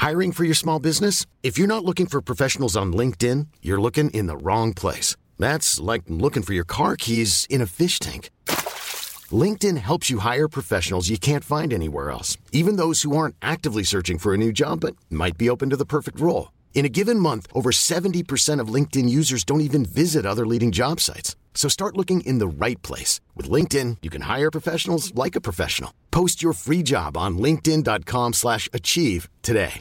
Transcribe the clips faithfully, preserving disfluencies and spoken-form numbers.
Hiring for your small business? If you're not looking for professionals on LinkedIn, you're looking in the wrong place. That's like looking for your car keys in a fish tank. LinkedIn helps you hire professionals you can't find anywhere else, even those who aren't actively searching for a new job but might be open to the perfect role. In a given month, over seventy percent of LinkedIn users don't even visit other leading job sites. So start looking in the right place. With LinkedIn, you can hire professionals like a professional. Post your free job on linkedin dot com slash achieve today.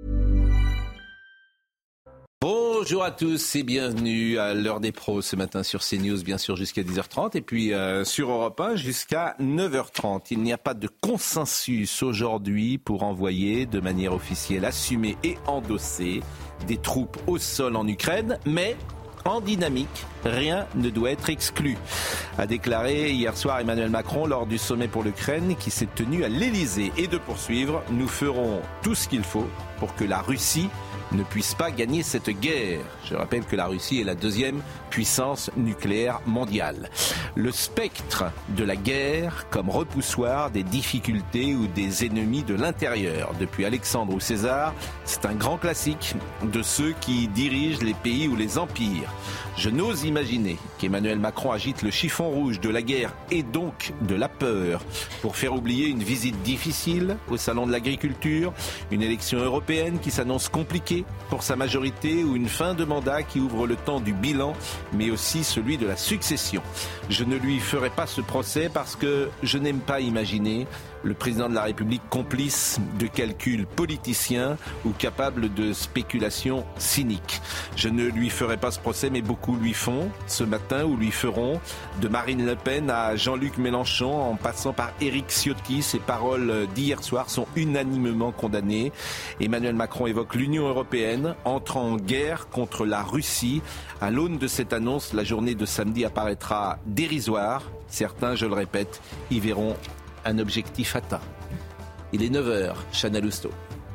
Bonjour à tous et bienvenue à l'heure des pros ce matin sur CNews, bien sûr jusqu'à dix heures trente et puis euh, sur Europe un jusqu'à neuf heures trente. Il n'y a pas de consensus aujourd'hui pour envoyer de manière officielle, assumée et endossée des troupes au sol en Ukraine, mais en dynamique, rien ne doit être exclu, a déclaré hier soir Emmanuel Macron lors du sommet pour l'Ukraine qui s'est tenu à l'Elysée. Et de poursuivre, nous ferons tout ce qu'il faut pour que la Russie ne puisse pas gagner cette guerre. Je rappelle que la Russie est la deuxième puissance nucléaire mondiale. Le spectre de la guerre comme repoussoir des difficultés ou des ennemis de l'intérieur. Depuis Alexandre ou César, c'est un grand classique de ceux qui dirigent les pays ou les empires. Je n'ose imaginer qu'Emmanuel Macron agite le chiffon rouge de la guerre et donc de la peur pour faire oublier une visite difficile au salon de l'agriculture, une élection européenne qui s'annonce compliquée pour sa majorité ou une fin de mandat qui ouvre le temps du bilan mais aussi celui de la succession. Je ne lui ferai pas ce procès parce que je n'aime pas imaginer le président de la République complice de calculs politiciens ou capable de spéculations cyniques. Je ne lui ferai pas ce procès, mais beaucoup lui font ce matin ou lui feront. De Marine Le Pen à Jean-Luc Mélenchon, en passant par Éric Ciotti, ces paroles d'hier soir sont unanimement condamnées. Emmanuel Macron évoque l'Union européenne, entre en guerre contre la Russie. À l'aune de cette annonce, la journée de samedi apparaîtra dérisoire. Certains, je le répète, y verront un objectif atteint. Il est neuf heures, Chana Lousteau.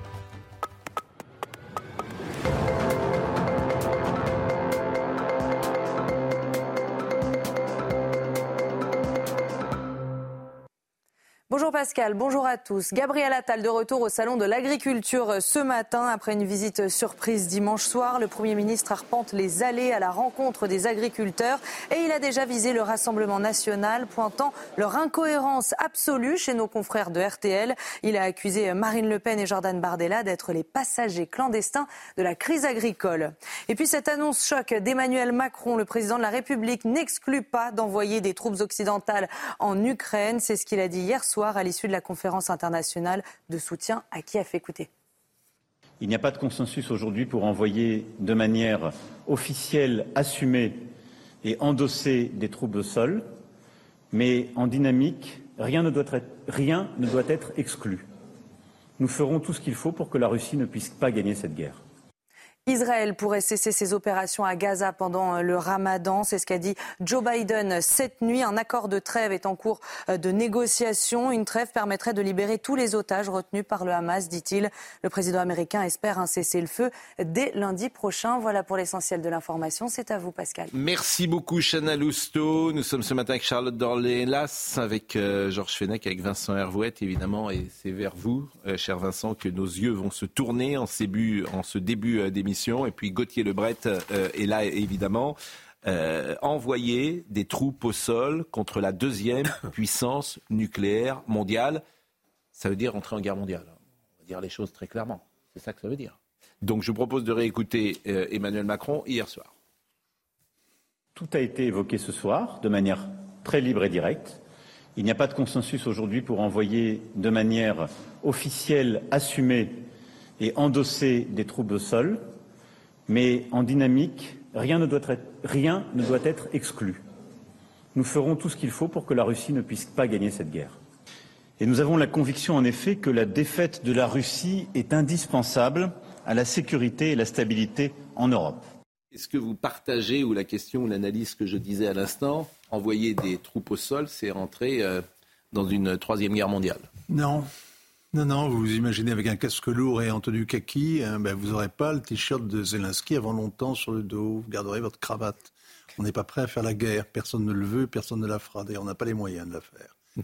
Bonjour Pascal, bonjour à tous. Gabriel Attal de retour au salon de l'agriculture ce matin. Après une visite surprise dimanche soir, le Premier ministre arpente les allées à la rencontre des agriculteurs et il a déjà visé le Rassemblement national, pointant leur incohérence absolue chez nos confrères de R T L. Il a accusé Marine Le Pen et Jordan Bardella d'être les passagers clandestins de la crise agricole. Et puis cette annonce choc d'Emmanuel Macron, le président de la République n'exclut pas d'envoyer des troupes occidentales en Ukraine. C'est ce qu'il a dit hier soir à l'issue de la conférence internationale de soutien à Kiev. Écoutez. Il n'y a pas de consensus aujourd'hui pour envoyer de manière officielle, assumée et endossée des troupes au sol, mais en dynamique, rien ne doit être, rien ne doit être exclu. Nous ferons tout ce qu'il faut pour que la Russie ne puisse pas gagner cette guerre. Israël pourrait cesser ses opérations à Gaza pendant le Ramadan. C'est ce qu'a dit Joe Biden cette nuit. Un accord de trêve est en cours de négociation. Une trêve permettrait de libérer tous les otages retenus par le Hamas, dit-il. Le président américain espère un cessez-le-feu dès lundi prochain. Voilà pour l'essentiel de l'information. C'est à vous, Pascal. Merci beaucoup, Chana Lousteau. Nous sommes ce matin avec Charlotte Dorlélas, avec euh, Georges Fenech, avec Vincent Hervouette, évidemment. Et c'est vers vous, euh, cher Vincent, que nos yeux vont se tourner en, ces buts, en ce début euh, d'émission. Et puis Gauthier Lebret euh, est là évidemment. Euh, envoyer des troupes au sol contre la deuxième puissance nucléaire mondiale, ça veut dire entrer en guerre mondiale. On va dire les choses très clairement. C'est ça que ça veut dire. Donc je vous propose de réécouter euh, Emmanuel Macron hier soir. Tout a été évoqué ce soir de manière très libre et directe. Il n'y a pas de consensus aujourd'hui pour envoyer de manière officielle, assumée et endossée des troupes au sol. Mais en dynamique, rien ne doit être, rien ne doit être exclu. Nous ferons tout ce qu'il faut pour que la Russie ne puisse pas gagner cette guerre. Et nous avons la conviction, en effet, que la défaite de la Russie est indispensable à la sécurité et la stabilité en Europe. Est-ce que vous partagez, ou la question ou l'analyse que je disais à l'instant, envoyer des troupes au sol, c'est rentrer euh, dans une troisième guerre mondiale ? Non. Non, non, vous vous imaginez avec un casque lourd et en tenue kaki, hein, ben, vous n'aurez pas le t-shirt de Zelensky avant longtemps sur le dos, vous garderez votre cravate. On n'est pas prêt à faire la guerre, personne ne le veut, personne ne la fera, d'ailleurs on n'a pas les moyens de la faire.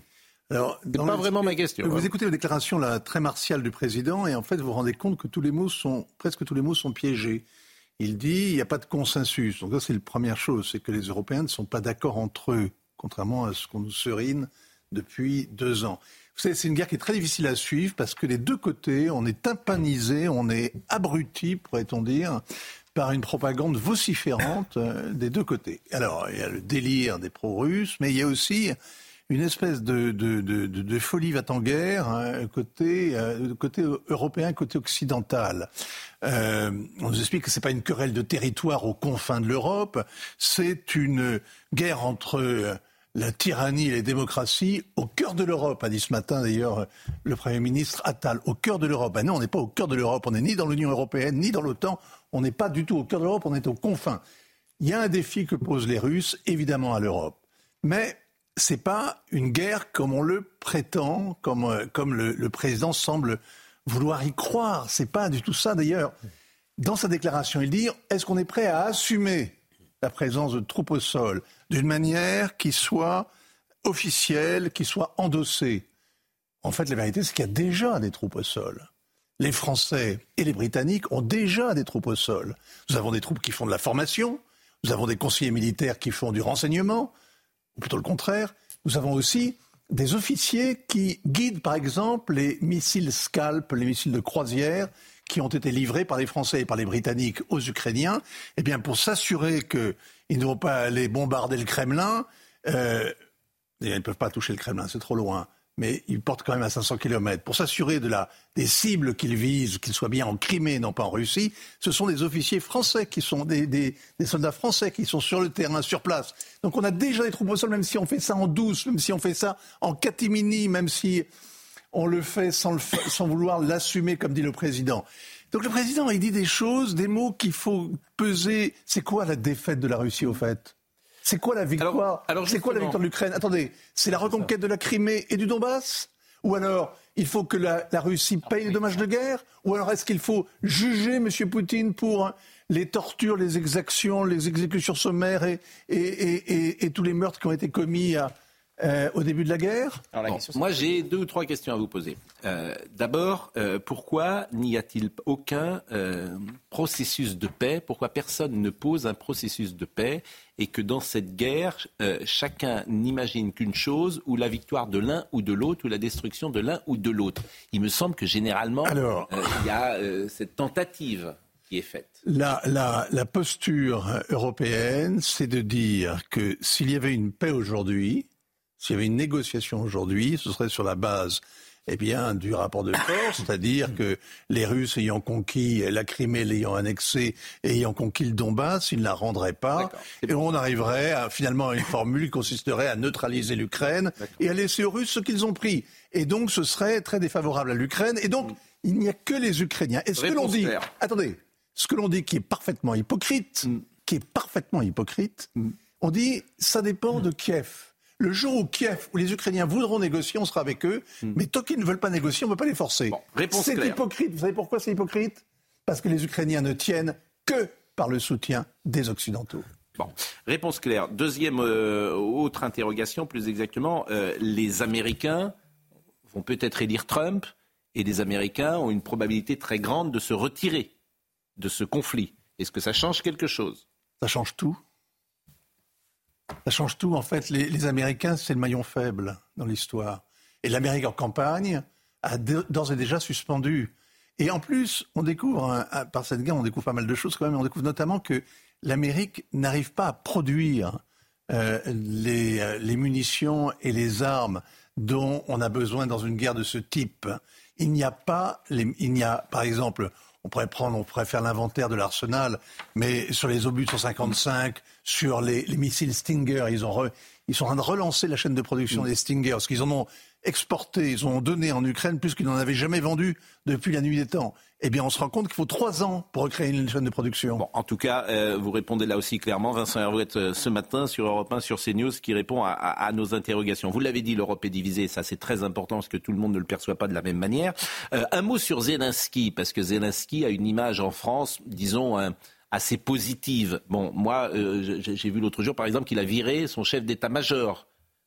Alors, c'est pas vraiment ma question. Vous hein. écoutez la déclaration là, très martiale du président et en fait vous vous rendez compte que tous les mots sont, presque tous les mots sont piégés. Il dit il n'y a pas de consensus. Donc ça c'est la première chose, c'est que les Européens ne sont pas d'accord entre eux, contrairement à ce qu'on nous serine depuis deux ans. Vous savez, c'est une guerre qui est très difficile à suivre parce que les deux côtés, on est tympanisés, on est abrutis, pourrait-on dire, par une propagande vociférante euh, des deux côtés. Alors, il y a le délire des pro-russes, mais il y a aussi une espèce de, de, de, de, de folie va-t-en-guerre hein, côté, euh, côté européen, côté occidental. Euh, on nous explique que c'est pas une querelle de territoire aux confins de l'Europe, c'est une guerre entre euh, la tyrannie et les démocraties au cœur de l'Europe, a dit ce matin d'ailleurs le Premier ministre Attal, au cœur de l'Europe. Ben non, on n'est pas au cœur de l'Europe, on n'est ni dans l'Union européenne, ni dans l'OTAN, on n'est pas du tout au cœur de l'Europe, on est aux confins. Il y a un défi que posent les Russes, évidemment à l'Europe. Mais c'est pas une guerre comme on le prétend, comme, euh, comme le, le président semble vouloir y croire. C'est pas du tout ça d'ailleurs. Dans sa déclaration, il dit « Est-ce qu'on est prêt à assumer la présence de troupes au sol d'une manière qui soit officielle, qui soit endossée ?» En fait, la vérité, c'est qu'il y a déjà des troupes au sol. Les Français et les Britanniques ont déjà des troupes au sol. Nous avons des troupes qui font de la formation, nous avons des conseillers militaires qui font du renseignement, ou plutôt le contraire. Nous avons aussi des officiers qui guident, par exemple, les missiles Scalp, les missiles de croisière, qui ont été livrés par les Français et par les Britanniques aux Ukrainiens, eh bien, pour s'assurer qu'ils ne vont pas aller bombarder le Kremlin. Euh, ils ne peuvent pas toucher le Kremlin, c'est trop loin. Mais ils portent quand même à cinq cents kilomètres. Pour s'assurer de la, des cibles qu'ils visent, qu'ils soient bien en Crimée, non pas en Russie, ce sont des officiers français, qui sont des, des, des soldats français qui sont sur le terrain, sur place. Donc on a déjà des troupes au sol, même si on fait ça en douce, même si on fait ça en catimini, même si on le fait sans, le fa- sans vouloir l'assumer, comme dit le président. Donc le président, il dit des choses, des mots qu'il faut peser. C'est quoi la défaite de la Russie, au fait ? C'est quoi la victoire alors, alors C'est quoi la victoire de l'Ukraine ? Attendez, c'est la reconquête de la Crimée et du Donbass ? Ou alors, il faut que la, la Russie paye les dommages de guerre ? Ou alors, est-ce qu'il faut juger M. Poutine pour les tortures, les exactions, les exécutions sommaires et, et, et, et, et tous les meurtres qui ont été commis à, euh, au début de la guerre ? Alors, la bon, moi, j'ai deux ou trois questions à vous poser. Euh, d'abord, euh, pourquoi n'y a-t-il aucun euh, processus de paix ? Pourquoi personne ne pose un processus de paix ? Et que dans cette guerre, euh, chacun n'imagine qu'une chose, ou la victoire de l'un ou de l'autre, ou la destruction de l'un ou de l'autre. Il me semble que généralement, Alors, euh, il y a euh, cette tentative qui est faite. La, la, la posture européenne, c'est de dire que s'il y avait une paix aujourd'hui, s'il y avait une négociation aujourd'hui, ce serait sur la base eh bien, du rapport de force, c'est-à-dire que les Russes ayant conquis la Crimée, l'ayant annexée, et ayant conquis le Donbass, ils ne la rendraient pas. Et on arriverait à, finalement à une formule qui consisterait à neutraliser l'Ukraine D'accord. et à laisser aux Russes ce qu'ils ont pris. Et donc, ce serait très défavorable à l'Ukraine. Et donc, mmh. il n'y a que les Ukrainiens. Et ce Réponse que l'on dit, claire. attendez, ce que l'on dit qui est parfaitement hypocrite, mmh. qui est parfaitement hypocrite, mmh. on dit, ça dépend mmh. de Kiev. Le jour où Kiev, où les Ukrainiens voudront négocier, on sera avec eux. Mm. Mais tant qu'ils ne veulent pas négocier, on ne peut pas les forcer. Bon, réponse c'est claire. Hypocrite. Vous savez pourquoi c'est hypocrite ? Parce que les Ukrainiens ne tiennent que par le soutien des Occidentaux. Bon, réponse claire. Deuxième euh, autre interrogation, plus exactement, euh, les Américains vont peut-être élire Trump et les Américains ont une probabilité très grande de se retirer de ce conflit. Est-ce que ça change quelque chose ? Ça change tout. Ça change tout, en fait. Les, les Américains, c'est le maillon faible dans l'histoire. Et l'Amérique en campagne a de, d'ores et déjà suspendu. Et en plus, on découvre, hein, par cette guerre, on découvre pas mal de choses quand même. On découvre notamment que l'Amérique n'arrive pas à produire euh, les, les munitions et les armes dont on a besoin dans une guerre de ce type. Il n'y a pas, les, il n'y a, par exemple... On pourrait prendre, on pourrait faire l'inventaire de l'arsenal, mais sur les obus de cent cinquante-cinq, sur les, les missiles Stinger, ils, ont re, ils sont en train de relancer la chaîne de production mmh. des Stinger, parce qu'ils en ont exporté, ils ont donné en Ukraine plus qu'ils n'en avaient jamais vendu depuis la nuit des temps. Eh bien, on se rend compte qu'il faut trois ans pour recréer une chaîne de production. Bon, en tout cas, euh, vous répondez là aussi clairement. Vincent Hervouet, euh, ce matin, sur Europe un, sur CNews, qui répond à, à, à nos interrogations. Vous l'avez dit, l'Europe est divisée. Ça, c'est très important parce que tout le monde ne le perçoit pas de la même manière. Euh, un mot sur Zelensky, parce que Zelensky a une image en France, disons, hein, assez positive. Bon, moi, euh, j'ai, j'ai vu l'autre jour, par exemple, qu'il a viré son chef d'état-major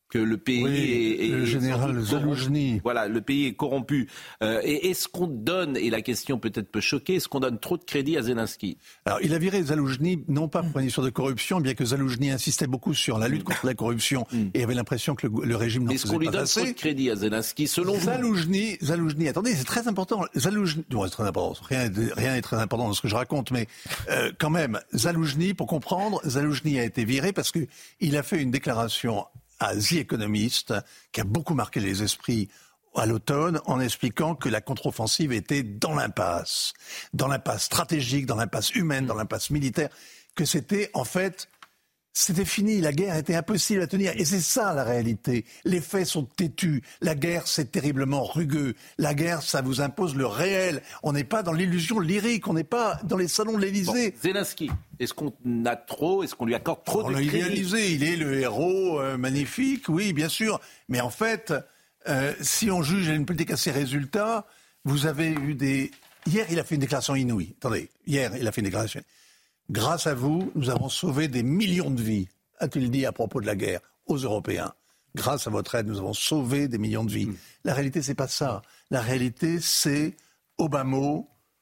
que le pays oui, est, est le général Zaloujny. Voilà, le pays est corrompu. Euh, et est-ce qu'on donne, et la question peut-être peut choquer, est-ce qu'on donne trop de crédit à Zelensky? Alors, il a viré Zaloujny, non pas pour une histoire de corruption, bien que Zaloujny insistait beaucoup sur la lutte contre la corruption et avait l'impression que le, le régime n'en faisait pas assez. Est-ce qu'on lui donne trop de crédit à Zelensky, selon vous? Zaloujny, Zaloujny, attendez, c'est très important. Zaloujny, non, c'est très important. Rien, rien n'est très important dans ce que je raconte, mais euh, quand même, Zaloujny, pour comprendre, Zaloujny a été viré parce que il a fait une déclaration à The Economist, qui a beaucoup marqué les esprits à l'automne, en expliquant que la contre-offensive était dans l'impasse, dans l'impasse stratégique, dans l'impasse humaine, dans l'impasse militaire, que c'était en fait, c'était fini, la guerre était impossible à tenir. Et c'est ça la réalité. Les faits sont têtus. La guerre, c'est terriblement rugueux. La guerre, ça vous impose le réel. On n'est pas dans l'illusion lyrique, on n'est pas dans les salons de l'Élysée. Bon, Zelensky, est-ce qu'on a trop, est-ce qu'on lui accorde trop on de l'a crédit? idéalisé, il est le héros euh, magnifique, oui, bien sûr. Mais en fait, euh, si on juge une politique à ses résultats, vous avez eu des... Hier, il a fait une déclaration inouïe. Attendez, hier, il a fait une déclaration... Grâce à vous, nous avons sauvé des millions de vies, a-t-il dit à propos de la guerre aux Européens. Grâce à votre aide, nous avons sauvé des millions de vies. Mmh. La réalité, c'est pas ça. La réalité, c'est Obama,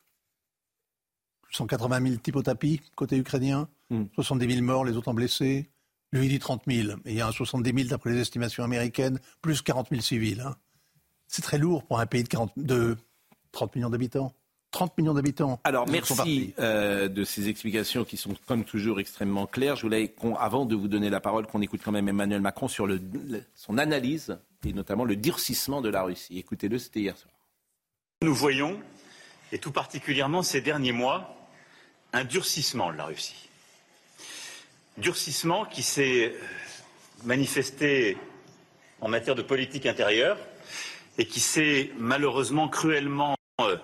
cent quatre-vingt mille types au tapis, côté ukrainien, mmh. soixante-dix mille morts, les autres en blessés. Lui, il dit trente mille. Et il y a un soixante-dix mille d'après les estimations américaines, plus quarante mille civils. Hein. C'est très lourd pour un pays de, quarante, de trente millions d'habitants. trente millions d'habitants. Alors, merci euh, de ces explications qui sont comme toujours extrêmement claires. Je voulais, qu'on, avant de vous donner la parole, qu'on écoute quand même Emmanuel Macron sur le, le, son analyse, et notamment le durcissement de la Russie. Écoutez-le, c'était hier soir. Nous voyons, et tout particulièrement ces derniers mois, un durcissement de la Russie. Durcissement qui s'est manifesté en matière de politique intérieure et qui s'est malheureusement cruellement euh,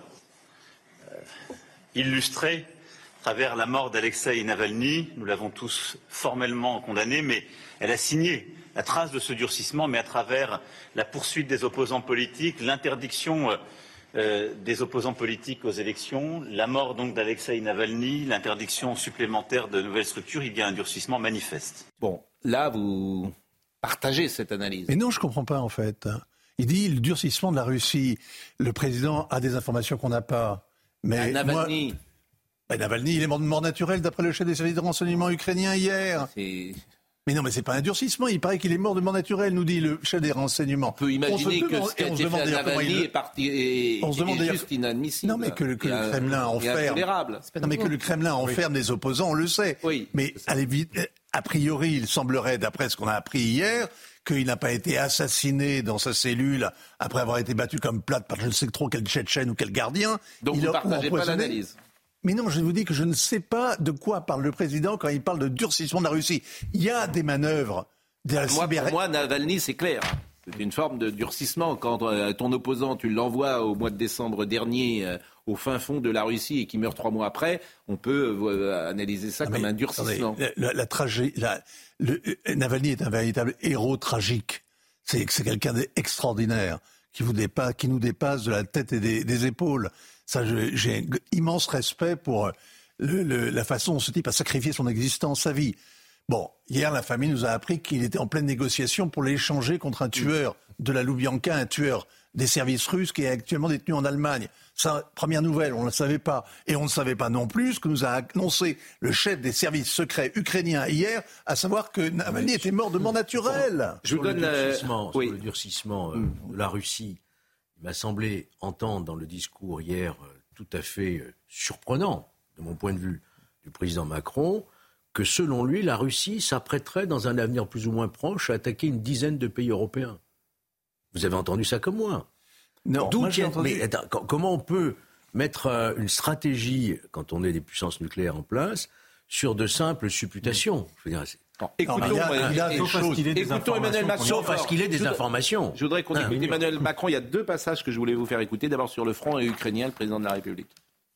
illustré à travers la mort d'Alexeï Navalny. Nous l'avons tous formellement condamné, mais elle a signé la trace de ce durcissement, mais à travers la poursuite des opposants politiques, l'interdiction euh, des opposants politiques aux élections, la mort donc d'Alexeï Navalny, l'interdiction supplémentaire de nouvelles structures, il y a un durcissement manifeste. Bon, là, vous partagez cette analyse. Mais non, je ne comprends pas en fait. Il dit le durcissement de la Russie. Le président a des informations qu'on n'a pas. Mais Navalny. Moi, ben Navalny, il est mort de mort naturelle d'après le chef des services de renseignement ukrainien hier. C'est... Mais non, mais c'est pas un durcissement. Il paraît qu'il est mort de mort naturelle, nous dit le chef des renseignements. On peut imaginer on que ce qui a été fait à Navalny il... est, parti, est, on se demande est juste inadmissible. Non, mais que le, que le Kremlin enferme. Non, mais que le Kremlin enferme oui. des opposants, on le sait. Oui. Mais allez vite. A priori, il semblerait, d'après ce qu'on a appris hier, qu'il n'a pas été assassiné dans sa cellule après avoir été battu comme plate par je ne sais trop quel Tchétchène ou quel gardien. Donc il vous ne partagez pas l'analyse? Mais non, je vous dis que je ne sais pas de quoi parle le président quand il parle de durcissement de la Russie. Il y a des manœuvres. De la moi, cyber... Pour moi, Navalny, c'est clair. C'est une forme de durcissement. Quand euh, ton opposant, tu l'envoies au mois de décembre dernier euh, au fin fond de la Russie et qui meurt trois mois après, on peut euh, analyser ça ah, comme un durcissement. Attendez, la, la, la tragédie, la, le, Navalny est un véritable héros tragique. C'est, c'est quelqu'un d'extraordinaire qui, vous dépasse, qui nous dépasse de la tête et des, des épaules. Ça, je, j'ai un immense respect pour le, le, la façon dont ce type a sacrifié son existence, sa vie. Bon, hier, la famille nous a appris qu'il était en pleine négociation pour l'échanger contre un tueur de la Loubianka, un tueur des services russes qui est actuellement détenu en Allemagne. Ça, première nouvelle, on ne le savait pas. Et on ne savait pas non plus ce que nous a annoncé le chef des services secrets ukrainiens hier, à savoir que Navalny était mort de mort naturelle. Je vous donne le durcissement, euh... oui. sur le durcissement euh, mm. de la Russie. Il m'a semblé entendre dans le discours hier euh, tout à fait euh, surprenant, de mon point de vue, du président Macron, que selon lui, la Russie s'apprêterait dans un avenir plus ou moins proche à attaquer une dizaine de pays européens. Vous avez entendu ça comme moi? Non. D'où moi, j'ai tient... entendu... Mais attends, comment on peut mettre euh, une stratégie, quand on est des puissances nucléaires en place, sur de simples supputations? Je veux dire, c'est... Non, écoutons, il y a, il y a écoutons, choses, écoutons Emmanuel Macron. Sauf parce qu'il ait des informations. Je voudrais qu'on écoute ah, Emmanuel Macron. Il y a deux passages que je voulais vous faire écouter. D'abord sur le front ukrainien, le président de la République.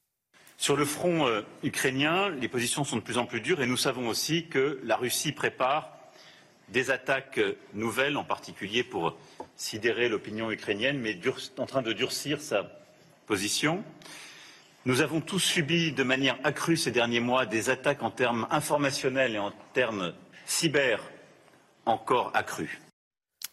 Sur le front euh, ukrainien, les positions sont de plus en plus dures et nous savons aussi que la Russie prépare des attaques euh, nouvelles, en particulier pour sidérer l'opinion ukrainienne, mais dur, en train de durcir sa position. Nous avons tous subi de manière accrue ces derniers mois des attaques en termes informationnels et en termes cyber encore accrues.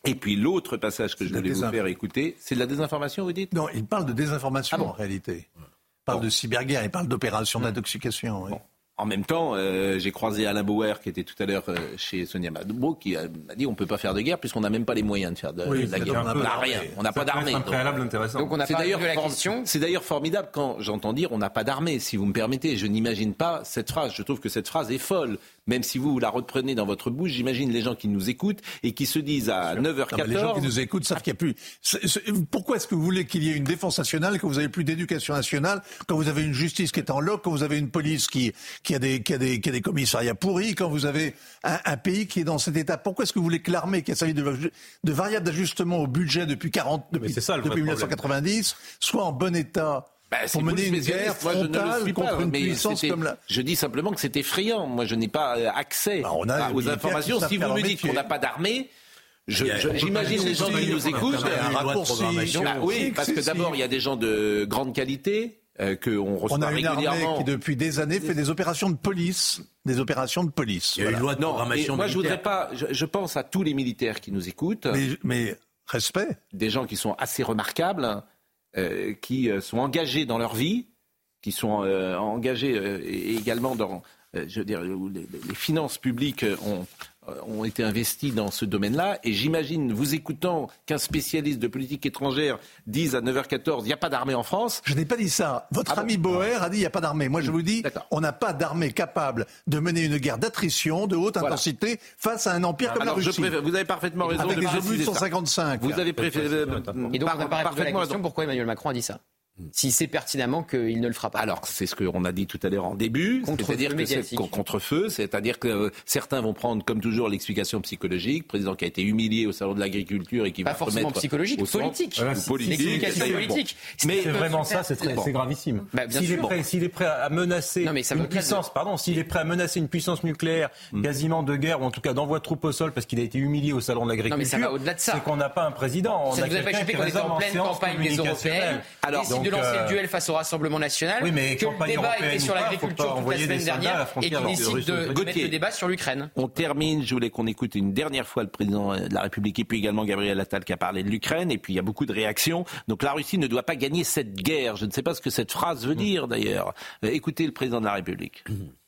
Et puis l'autre passage que c'est je voulais vous désinf... faire écouter, c'est de la désinformation, vous dites ? Non, il parle de désinformation ah bon. en réalité. Il parle bon. de cyberguerre, il parle d'opération mmh. d'intoxication. Oui. Bon. En même temps, euh, j'ai croisé Alain Bauer qui était tout à l'heure euh, chez Sonia Mabrouk qui a, m'a dit on ne peut pas faire de guerre puisqu'on n'a même pas les moyens de faire de, oui, de la guerre. On n'a rien, on n'a pas d'armée. C'est un préalable donc, intéressant. Donc on a c'est parlé d'ailleurs de la for- question. C'est d'ailleurs formidable quand j'entends dire on n'a pas d'armée, si vous me permettez. Je n'imagine pas cette phrase. Je trouve que cette phrase est folle. Même si vous la reprenez dans votre bouche, j'imagine les gens qui nous écoutent et qui se disent à neuf heures quatorze... Non, les gens qui nous écoutent savent qu'il n'y a plus... C'est, c'est... Pourquoi est-ce que vous voulez qu'il y ait une défense nationale quand vous n'avez plus d'éducation nationale, quand vous avez une justice qui est en loc, quand vous avez une police qui, qui, a, des, qui, a, des, qui a des commissariats pourris, quand vous avez un, un pays qui est dans cet état? Pourquoi est-ce que vous voulez que l'armée, qui a servi de, de variable d'ajustement au budget depuis, quarante, depuis, ça, depuis dix-neuf cent quatre-vingt-dix, soit en bon état? Bah, pour mener une guerre frontale contre une puissance comme la... Je dis simplement que c'est effrayant. Moi, je n'ai pas accès bah, on a aux informations. Si vous me dites qu'on n'a pas d'armée, je, je, j'imagine les gens qui nous écoutent. Un raccourci. Ah, oui, parce que d'abord, il y a des gens de grande qualité euh, qu'on reçoit on a une régulièrement. Armée qui, depuis des années, fait des opérations de police. Des opérations de police. Il y a voilà. une loi de programmation. Non, moi, militaire. je voudrais pas. Je, je pense à tous les militaires qui nous écoutent. Mais, mais respect. Des gens qui sont assez remarquables, euh, qui euh, sont engagés dans leur vie. qui sont euh, engagés euh, également dans, euh, je veux dire, les, les finances publiques ont, ont été investies dans ce domaine-là. Et j'imagine, vous écoutant qu'un spécialiste de politique étrangère dise à neuf heures quatorze, il n'y a pas d'armée en France. Je n'ai pas dit ça. Votre ah ami bon Bauer a dit il n'y a pas d'armée. Moi, je vous dis, D'accord. on n'a pas d'armée capable de mener une guerre d'attrition de haute voilà. intensité face à un empire ah, comme alors, la Russie. Préfère, vous avez parfaitement raison. Avec de des obus de cent cinquante-cinq. Vous avez préféré. Et donc, on n'a pas répondu à la question pourquoi Emmanuel Macron a dit ça. S'il sait pertinemment qu'il ne le fera pas. Alors, c'est ce qu'on a dit tout à l'heure en début, contre c'est-à-dire que c'est contre-feu, c'est-à-dire que euh, certains vont prendre, comme toujours, l'explication psychologique. Le président qui a été humilié au salon de l'agriculture et qui pas va forcément psychologique, politique. Voilà, c'est, politique. L'explication c'est, politique. Bon. Mais c'est vraiment ça, c'est, très, bon. c'est gravissime. Bah, s'il, est prêt, s'il est prêt à menacer non, une puissance, de... pardon, s'il est prêt à menacer une puissance nucléaire, mm. quasiment de guerre ou en tout cas d'envoi de troupes au sol parce qu'il a été humilié au salon de l'agriculture, non, mais ça va au-delà de ça. C'est qu'on n'a pas un président. On ça a vous a pas échappé qu'on était en pleine campagne des européennes. Alors, décide de lancer le duel face au Rassemblement national, oui, mais que le débat était sur l'agriculture toute la semaine dernière et qu'il décide de, de mettre le débat sur l'Ukraine. On termine, je voulais qu'on écoute une dernière fois le président de la République et puis également Gabriel Attal qui a parlé de l'Ukraine et puis il y a beaucoup de réactions. Donc la Russie ne doit pas gagner cette guerre. Je ne sais pas ce que cette phrase veut dire d'ailleurs. Écoutez le président de la République.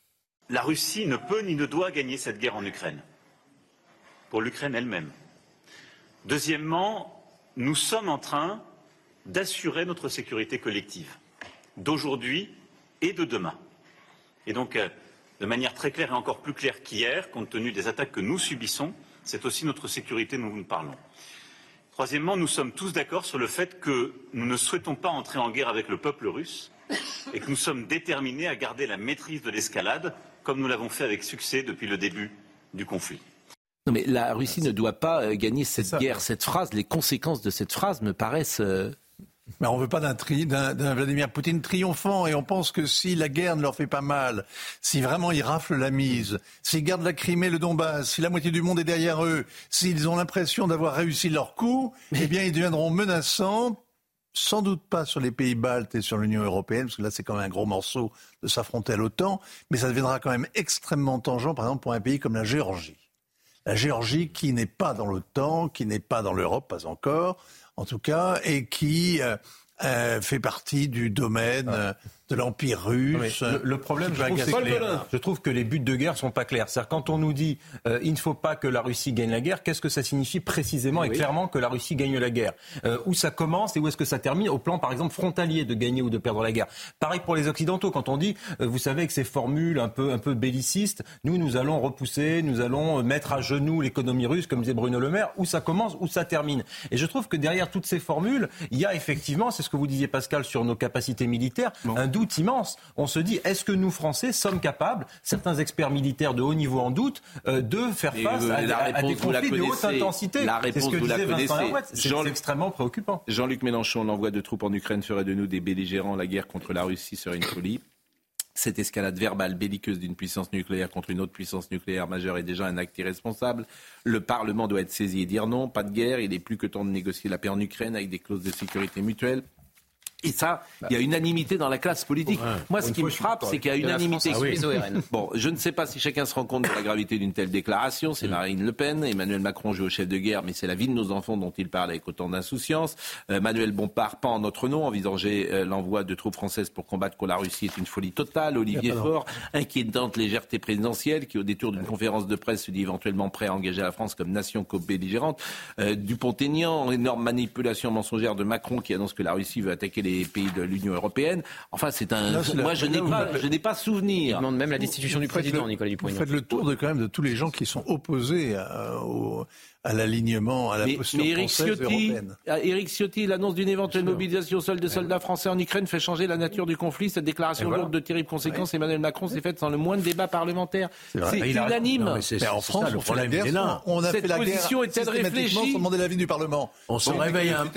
La Russie ne peut ni ne doit gagner cette guerre en Ukraine. Pour l'Ukraine elle-même. Deuxièmement, nous sommes en train d'assurer notre sécurité collective, d'aujourd'hui et de demain. Et donc, euh, de manière très claire et encore plus claire qu'hier, compte tenu des attaques que nous subissons, c'est aussi notre sécurité dont nous parlons. Troisièmement, nous sommes tous d'accord sur le fait que nous ne souhaitons pas entrer en guerre avec le peuple russe et que nous sommes déterminés à garder la maîtrise de l'escalade, comme nous l'avons fait avec succès depuis le début du conflit. Non mais la Russie ne doit pas gagner cette ça, guerre. Cette phrase, les conséquences de cette phrase me paraissent... Euh... Mais on ne veut pas d'un, tri, d'un, d'un Vladimir Poutine triomphant et on pense que si la guerre ne leur fait pas mal, si vraiment ils raflent la mise, s'ils gardent la Crimée, le Donbass, si la moitié du monde est derrière eux, s'ils ont l'impression d'avoir réussi leur coup, eh bien ils deviendront menaçants, sans doute pas sur les pays baltes et sur l'Union européenne, parce que là c'est quand même un gros morceau de s'affronter à l'OTAN, mais ça deviendra quand même extrêmement tangent, par exemple pour un pays comme la Géorgie. La Géorgie qui n'est pas dans l'OTAN, qui n'est pas dans l'Europe, pas encore, en tout cas, et qui euh, euh, fait partie du domaine euh, de l'Empire russe. Le, le problème, je trouve, c'est que les, je trouve que les buts de guerre sont pas clairs. C'est-à-dire quand on nous dit euh, il ne faut pas que la Russie gagne la guerre, qu'est-ce que ça signifie précisément et oui. clairement que la Russie gagne la guerre euh, Où ça commence et où est-ce que ça termine au plan, par exemple, frontalier de gagner ou de perdre la guerre. Pareil pour les Occidentaux, quand on dit, euh, vous savez, que ces formules un peu, un peu bellicistes, nous, nous allons repousser, nous allons mettre à genoux l'économie russe, comme disait Bruno Le Maire, où ça commence, où ça termine. Et je trouve que derrière toutes ces formules, il y a effectivement, c'est ce que vous disiez Pascal sur nos capacités militaires, bon. un doute immense. On se dit, est-ce que nous, Français, sommes capables, certains experts militaires de haut niveau en doute, euh, de faire face à, à, à des conflits de haute intensité. La réponse, c'est ce que vous disait la Vincent Larouette. C'est, Jean... c'est extrêmement préoccupant. Jean-Luc Mélenchon, l'envoi de troupes en Ukraine ferait de nous des belligérants. La guerre contre la Russie serait une folie. Cette escalade verbale belliqueuse d'une puissance nucléaire contre une autre puissance nucléaire majeure est déjà un acte irresponsable. Le Parlement doit être saisi et dire non, pas de guerre. Il est plus que temps de négocier la paix en Ukraine avec des clauses de sécurité mutuelle. Et ça, il y a unanimité dans la classe politique. Ouais, Moi, ce qui me frappe, c'est qu'il y a unanimité. Ah oui. Bon, je ne sais pas si chacun se rend compte de la gravité d'une telle déclaration. C'est Marine Le Pen. Emmanuel Macron joue au chef de guerre, mais c'est la vie de nos enfants dont il parle avec autant d'insouciance. Euh, Manuel Bompard, pas en notre nom, envisager euh, l'envoi de troupes françaises pour combattre contre la Russie est une folie totale. Olivier Faure, inquiétante légèreté présidentielle, qui au détour d'une conférence de presse se dit éventuellement prêt à engager la France comme nation co-belligérante. Euh, Dupont-Aignan, énorme manipulation mensongère de Macron qui annonce que la Russie veut attaquer les pays de l'Union européenne. Enfin, c'est un. Là, c'est moi, je n'ai pas, je n'ai pas souvenir. Il demande même la destitution du président, Nicolas Dupont-Aignan. Vous faites le tour de quand même de tous les gens qui sont opposés à, au, à l'alignement, à la mais, posture mais Éric française Ciotti, européenne. Éric Ciotti, l'annonce d'une éventuelle mobilisation seule de soldats français en Ukraine fait changer la nature du conflit. Cette déclaration voilà. lourde de terribles conséquences, ouais. Emmanuel Macron s'est faite sans le moindre débat parlementaire. C'est, c'est unanime. Non, mais c'est, mais en c'est France, ça, on, fait la guerre, sans, on a Cette fait la guerre position est-elle réfléchie sans demander l'avis du Parlement. On se réveille un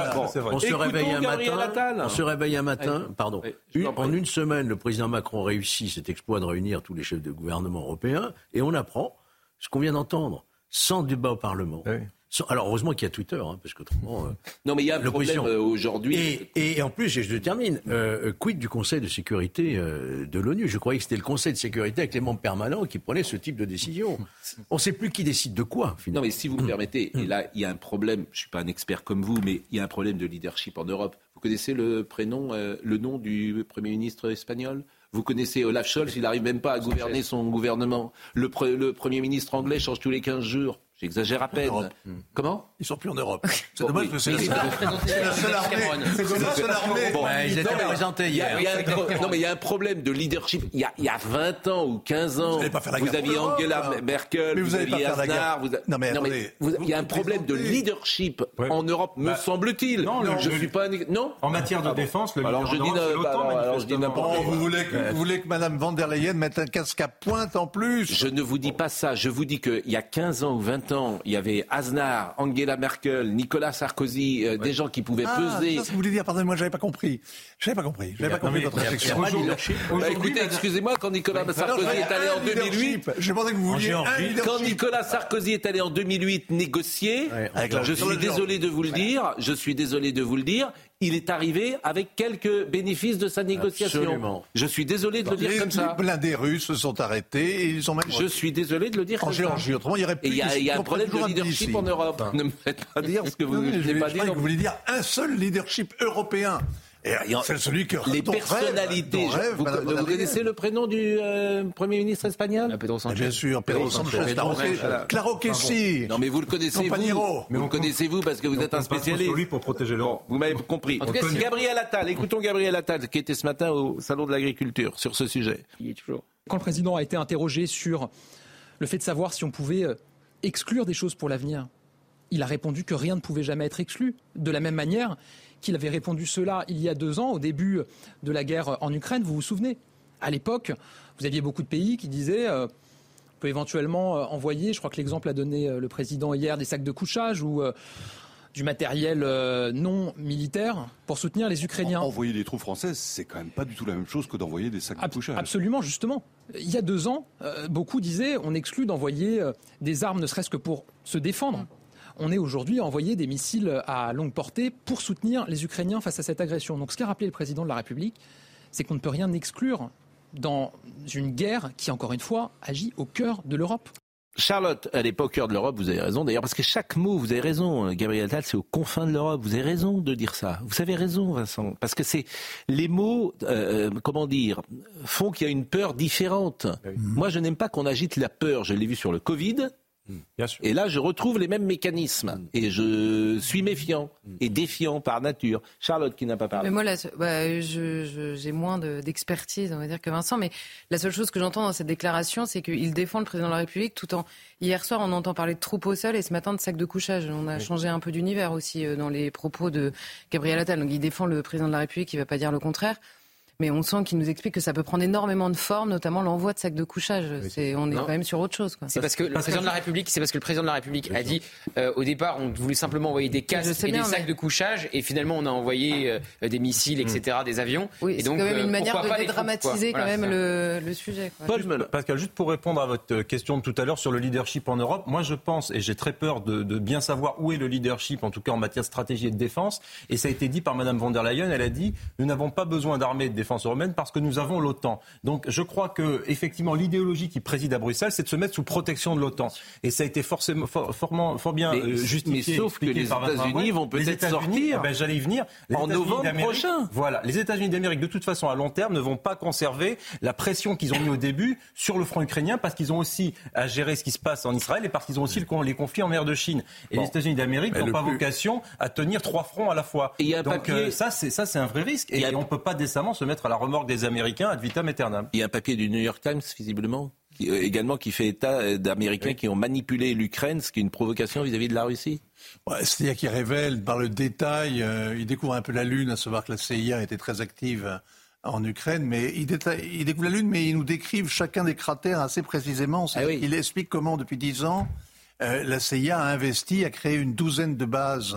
matin. On se réveille un matin. Pardon. En une semaine, le président Macron réussit cet exploit de réunir tous les chefs de gouvernement européens et on apprend ce qu'on vient d'entendre, sans débat au Parlement. Oui. Alors, heureusement qu'il y a Twitter, hein, parce qu'autrement... Euh, non, mais il y a un problème euh, aujourd'hui... Et, et en plus, et je termine, euh, quid du Conseil de sécurité euh, de l'ONU ? Je croyais que c'était le Conseil de sécurité avec les membres permanents qui prenait ce type de décision. On ne sait plus qui décide de quoi, finalement. Non, mais si vous me permettez, et là, il y a un problème, je ne suis pas un expert comme vous, mais il y a un problème de leadership en Europe. Vous connaissez le prénom, euh, le nom du Premier ministre espagnol ? Vous connaissez Olaf Scholz, il n'arrive même pas à gouverner son gouvernement. Le, pre, le Premier ministre anglais change tous les quinze jours. J'exagère à peine. Mmh. Comment ? Ils sont plus en Europe. C'est bon, dommage oui, que c'est oui, la seule armée. C'est la seule armée. Bon, ouais, ils étaient représentés hier. Non, mais il y a un problème de leadership. Il y a, il y a vingt ans ou quinze ans, vous, vous aviez Angela hein. Merkel, vous, vous aviez Aznar. Vous a... Non, mais, non, mais vous, il y a un problème de leadership ouais. en Europe, me bah, semble-t-il. Non, non je ne suis pas un... Non. En matière de défense, le alors je dis alors je dis n'importe quoi. Vous voulez que vous voulez que Mme von der Leyen mette un casque à pointe en plus ? Je ne vous dis pas ça. Je vous dis qu'il y a quinze ans ou vingt ans, il y avait Aznar, Angela Merkel, Nicolas Sarkozy, euh, ouais. des gens qui pouvaient ah, peser. C'est ça ce que vous voulez dire, pardonnez-moi, j'avais pas compris. J'avais pas compris. J'avais pas compris votre réflexion. Bah, écoutez, excusez-moi, quand Nicolas Sarkozy est allé en deux mille huit, je pensais que vous vouliez un quand Nicolas Sarkozy est allé en deux mille huit négocier, je suis désolé de vous le dire, je suis désolé de vous le dire, il est arrivé avec quelques bénéfices de sa négociation. Absolument. Je suis désolé de le dire les, comme ça. Les blindés russes se sont arrêtés et ils ont même... Je suis désolé de le dire en comme Géorgie, ça. Autrement, il y aurait plus... Il y a, y a un problème de leadership ici. En Europe. Enfin. Ne me faites pas dire ce que vous ne voulez pas dire. Que vous voulez dire un seul leadership européen. Et c'est celui que les personnalités. Rêve, rêve, vous, vous, vous connaissez le prénom du euh, Premier ministre espagnol ? Pedro Sanchez. Bien sûr, Pedro Sanchez. Claro que si. Non, mais vous le connaissez vous. Mais vous le connaissez vous parce que vous êtes un spécialiste. Lui pour protéger l'Europe. Vous m'avez compris. En tout cas, c'est Gabriel Attal. Écoutons Gabriel Attal qui était ce matin au salon de l'agriculture sur ce sujet. Il est toujours. Quand le président a été interrogé sur le fait de savoir si on pouvait exclure des choses pour l'avenir, il a répondu que rien ne pouvait jamais être exclu. De la même manière qu'il avait répondu cela il y a deux ans, au début de la guerre en Ukraine, vous vous souvenez ? À l'époque, vous aviez beaucoup de pays qui disaient euh, on peut éventuellement euh, envoyer, je crois que l'exemple a donné euh, le président hier, des sacs de couchage ou euh, du matériel euh, non militaire pour soutenir les Ukrainiens. Envoyer des troupes françaises, c'est quand même pas du tout la même chose que d'envoyer des sacs Ab- de couchage. Absolument, justement. Il y a deux ans, euh, beaucoup disaient on exclut d'envoyer euh, des armes ne serait-ce que pour se défendre. On est aujourd'hui à envoyer des missiles à longue portée pour soutenir les Ukrainiens face à cette agression. Donc ce qu'a rappelé le président de la République, c'est qu'on ne peut rien exclure dans une guerre qui, encore une fois, agit au cœur de l'Europe. Charlotte, elle n'est pas au cœur de l'Europe, vous avez raison d'ailleurs, parce que chaque mot, vous avez raison, Gabriel Attal, c'est aux confins de l'Europe, vous avez raison de dire ça. Vous avez raison, Vincent, parce que c'est les mots, euh, comment dire, font qu'il y a une peur différente. Oui. Moi, je n'aime pas qu'on agite la peur, je l'ai vu sur le Covid. Bien sûr. Et là, je retrouve les mêmes mécanismes. Et je suis méfiant et défiant par nature. Charlotte, qui n'a pas parlé. Mais moi, là, bah, je, je, j'ai moins de, d'expertise, on va dire, que Vincent. Mais la seule chose que j'entends dans cette déclaration, c'est qu'il défend le président de la République tout en... Hier soir, on entend parler de troupes au sol et ce matin de sacs de couchage. On a oui. changé un peu d'univers aussi dans les propos de Gabriel Attal. Donc, il défend le président de la République, il ne va pas dire le contraire. Mais on sent qu'il nous explique que ça peut prendre énormément de formes, notamment l'envoi de sacs de couchage. C'est, on est non. quand même sur autre chose. Quoi. C'est parce que le président de la République, c'est parce que le président de la République a dit euh, au départ, on voulait simplement envoyer des casques et bien, des sacs mais... de couchage, et finalement on a envoyé euh, des missiles, et cetera, mmh. des avions. Oui, et c'est donc, quand même une euh, manière de dédramatiser coups, quand voilà, même le, le sujet. Quoi. Paul, juste, Pascal, juste pour répondre à votre question de tout à l'heure sur le leadership en Europe, moi je pense, et j'ai très peur de, de bien savoir où est le leadership, en tout cas en matière de stratégie et de défense, et ça a été dit par Mme von der Leyen, elle a dit nous n'avons pas besoin d'armée de défense européenne parce que nous avons l'OTAN. Donc je crois que effectivement l'idéologie qui préside à Bruxelles, c'est de se mettre sous protection de l'OTAN. Et ça a été forcément fort, fort, fort bien mais, justifié. Mais sauf que les États-Unis vont peut-être sortir. Eh ben, j'allais y venir. Les en novembre prochain. Voilà, les États-Unis d'Amérique de toute façon à long terme ne vont pas conserver la pression qu'ils ont mis au début sur le front ukrainien parce qu'ils ont aussi à gérer ce qui se passe en Israël et parce qu'ils ont aussi le, les conflits en mer de Chine. Et bon. Les États-Unis d'Amérique n'ont pas plus... vocation à tenir trois fronts à la fois. Et y a un Donc papier... euh, ça c'est ça c'est un vrai risque et, a... et on peut pas décemment se mettre à la remorque des Américains ad vitam aeternam. Il y a un papier du New York Times, visiblement, qui, euh, également qui fait état d'Américains oui. qui ont manipulé l'Ukraine, ce qui est une provocation vis-à-vis de la Russie. Ouais, c'est-à-dire qu'il révèle par le détail, euh, il découvre un peu la Lune, à savoir que la C I A était très active en Ukraine, mais il, détaille, il découvre la Lune, mais il nous décrivent chacun des cratères assez précisément. Ah oui. Il explique comment, depuis dix ans, euh, la C I A a investi, a créé une douzaine de bases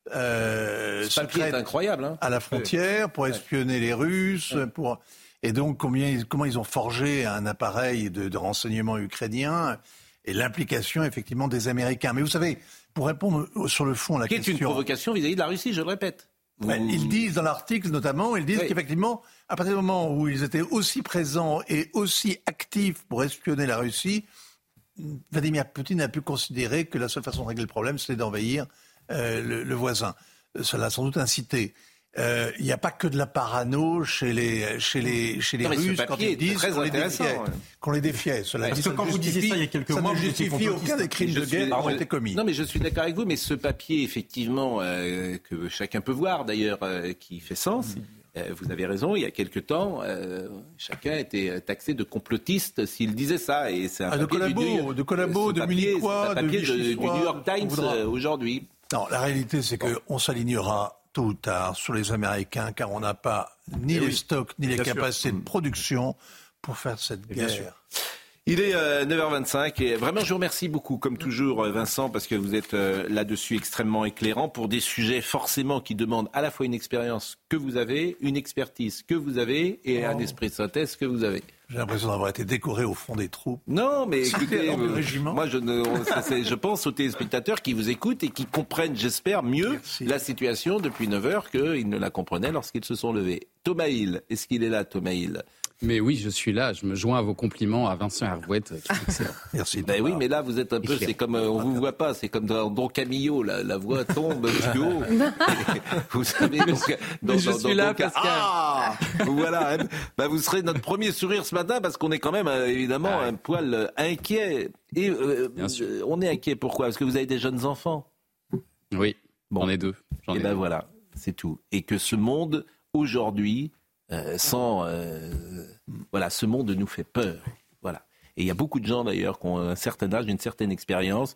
euh, secrètes incroyable, hein. à la frontière pour espionner les Russes, ouais. pour... Et donc, combien, comment ils ont forgé un appareil de, de renseignement ukrainien et l'implication, effectivement, des Américains. Mais vous savez, pour répondre sur le fond à la Qui question... Qui est une provocation vis-à-vis de la Russie, je le répète. Vous... Ben, ils disent dans l'article, notamment, ils disent oui. qu'effectivement, à partir du moment où ils étaient aussi présents et aussi actifs pour espionner la Russie, Vladimir Poutine a pu considérer que la seule façon de régler le problème, c'était d'envahir euh, le, le voisin. Cela a sans doute incité. Il euh, n'y a pas que de la parano chez les, chez les, chez les non, Russes quand ils disent qu'on les défiait. Ouais. Qu'on les défiait. Cela Parce dit, que quand vous disiez ça il y a quelques ça mois, ne justifie aucun des crimes de guerre qui ont été commis. Non, mais je suis d'accord avec vous, mais ce papier, effectivement, euh, que chacun peut voir d'ailleurs, euh, qui fait sens. Mmh. Euh, vous avez raison, il y a quelque temps, euh, chacun était taxé de complotiste s'il disait ça. Et c'est un ah, de collabo, de collabo, de Munichois, de du New York Times euh, aujourd'hui. Non, la réalité, c'est bon. qu'on s'alignera tôt ou tard sur les Américains, car on n'a pas ni et les oui, stocks, ni les capacités sûr. de production pour faire cette et guerre. Il est euh, neuf heures vingt-cinq et vraiment je vous remercie beaucoup comme toujours Vincent parce que vous êtes euh, là-dessus extrêmement éclairant pour des sujets forcément qui demandent à la fois une expérience que vous avez, une expertise que vous avez et oh. un esprit de synthèse que vous avez. J'ai l'impression d'avoir été décoré au front des troupes. Non, mais écoutez, euh, moi je, ne, c'est, je pense aux téléspectateurs qui vous écoutent et qui comprennent, j'espère, mieux Merci. la situation depuis neuf heures qu'ils ne la comprenaient lorsqu'ils se sont levés. Thomas Hill, est-ce qu'il est là, Thomas Hill ? Mais oui, je suis là. Je me joins à vos compliments à Vincent Herouette. Merci. Ben oui, mais là, vous êtes un peu, c'est comme, euh, on vous voit pas, c'est comme dans Don Camillo, la, la voix tombe plus haut. Vous savez, donc, dans, je dans, suis dans, là, Pascal. Ah, voilà. Ben, vous serez notre premier sourire ce matin parce qu'on est quand même, euh, évidemment, ah, un poil euh, inquiet. Et euh, Bien sûr. Euh, on est inquiet. Pourquoi ? Parce que vous avez des jeunes enfants. Oui, bon. J'en ai deux. J'en et ai ben deux. Voilà, c'est tout. Et que ce monde, aujourd'hui, Euh, sans euh, voilà, ce monde nous fait peur. Voilà. Et il y a beaucoup de gens d'ailleurs qui ont un certain âge, une certaine expérience,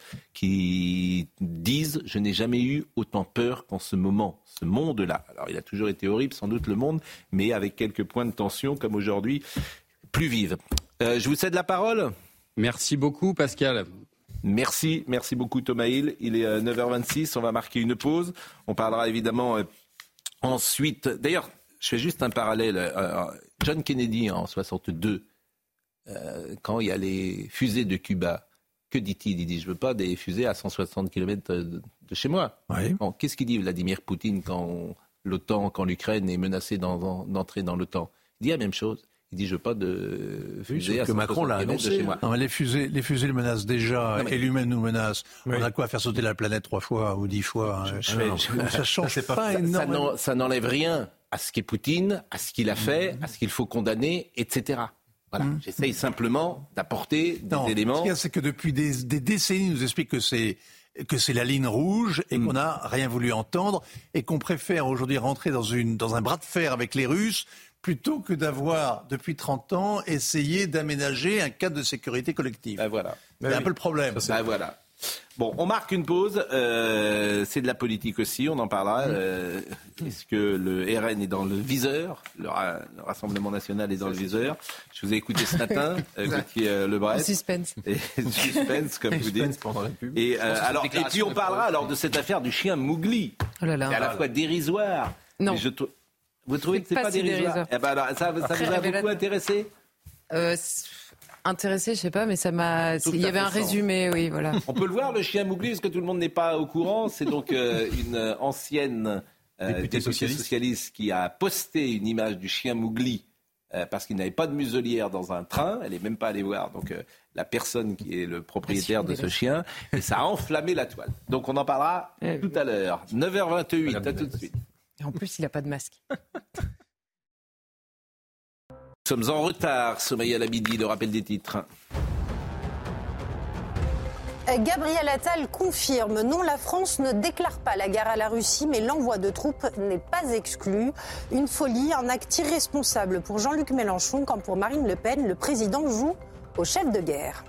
qui disent je n'ai jamais eu autant peur qu'en ce moment, ce monde-là. Alors il a toujours été horrible, sans doute le monde, mais avec quelques points de tension comme aujourd'hui, plus vives. Euh, je vous cède la parole. Merci beaucoup, Pascal. Merci, merci beaucoup Thomas Hill. Il est euh, neuf heures vingt-six, on va marquer une pause. On parlera évidemment euh, ensuite. D'ailleurs. Je fais juste un parallèle. John Kennedy, en soixante-deux, euh, quand il y a les fusées de Cuba, que dit-il ? Il dit, je ne veux pas des fusées à cent soixante kilomètres de, de chez moi. Oui. Bon, qu'est-ce qu'il dit, Vladimir Poutine, quand l'OTAN, quand l'Ukraine est menacée dans, d'entrer dans l'OTAN ? Il dit la même chose. Il dit, je veux pas de fusées oui, à cent soixante kilomètres de chez moi. Non, mais les fusées, les fusées le menacent déjà, non, mais... et lui-même nous menace. Oui. On a quoi à faire sauter la planète trois fois ou dix fois. Hein. Je, je, je, ça change ça, pas, pas ça, énormément. Ça, ça n'enlève rien à ce qu'est Poutine, à ce qu'il a fait, mmh. à ce qu'il faut condamner, et cetera. Voilà. Mmh. J'essaye simplement d'apporter des non, éléments. Ce qu'il y a, c'est que depuis des, des décennies, il nous explique que c'est que c'est la ligne rouge et mmh. qu'on n'a rien voulu entendre et qu'on préfère aujourd'hui rentrer dans une dans un bras de fer avec les Russes plutôt que d'avoir, depuis trente ans, essayé d'aménager un cadre de sécurité collective. Ben voilà. C'est ben un oui. peu le problème. Ben voilà. Bon, on marque une pause. Euh, c'est de la politique aussi, on en parlera. Euh, est-ce que le R N est dans le viseur ? Le, ra- le Rassemblement national est dans le viseur. Je vous ai écouté ce matin, euh, Gauthier euh, Lebret. Suspense. Et, suspense, comme vous dites. Et, euh, alors, et puis on parlera alors de cette affaire du chien Mowgli. Oh là là. C'est à la fois dérisoire. Non. Je t- vous trouvez que c'est pas, pas si dérisoire, dérisoire. Eh ben alors, ça, ça vous a beaucoup intéressé ? euh, Intéressé, je sais pas, mais ça m'a. Il y avait un résumé, oui, voilà. On peut le voir, le chien Mowgli, parce que tout le monde n'est pas au courant. C'est donc euh, une ancienne euh, députée socialiste. socialiste qui a posté une image du chien Mowgli euh, parce qu'il n'avait pas de muselière dans un train. Elle n'est même pas allée voir donc euh, la personne qui est le propriétaire de ce chien. Et ça a enflammé la toile. Donc on en parlera euh, tout à l'heure. neuf heures vingt-huit, à tout de suite. Et en plus, il n'a pas de masque. Nous sommes en retard, Sommeil Labidi, le rappel des titres. Gabriel Attal confirme, non, la France ne déclare pas la guerre à la Russie, mais l'envoi de troupes n'est pas exclu. Une folie, un acte irresponsable pour Jean-Luc Mélenchon, quand pour Marine Le Pen, le président joue au chef de guerre.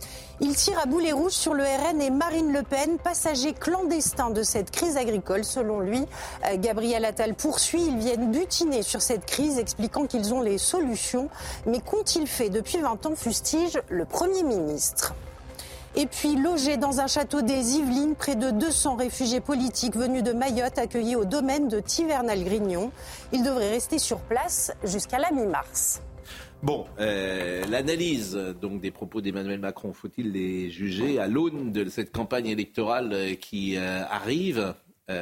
Il tire à boulet rouge sur le R N et Marine Le Pen, passager clandestin de cette crise agricole. Selon lui, Gabriel Attal poursuit. Ils viennent butiner sur cette crise, expliquant qu'ils ont les solutions. Mais qu'ont-ils fait depuis vingt ans, fustige le Premier ministre. Et puis, logés dans un château des Yvelines, près de deux cents réfugiés politiques venus de Mayotte, accueillis au domaine de Tivernal-Grignon. Ils devraient rester sur place jusqu'à la mi-mars. Bon, euh, l'analyse donc des propos d'Emmanuel Macron, faut-il les juger à l'aune de cette campagne électorale qui euh, arrive,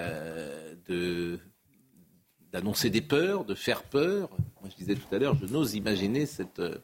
euh, de, d'annoncer des peurs, de faire peur. Moi, je disais tout à l'heure, je n'ose imaginer cette... Euh,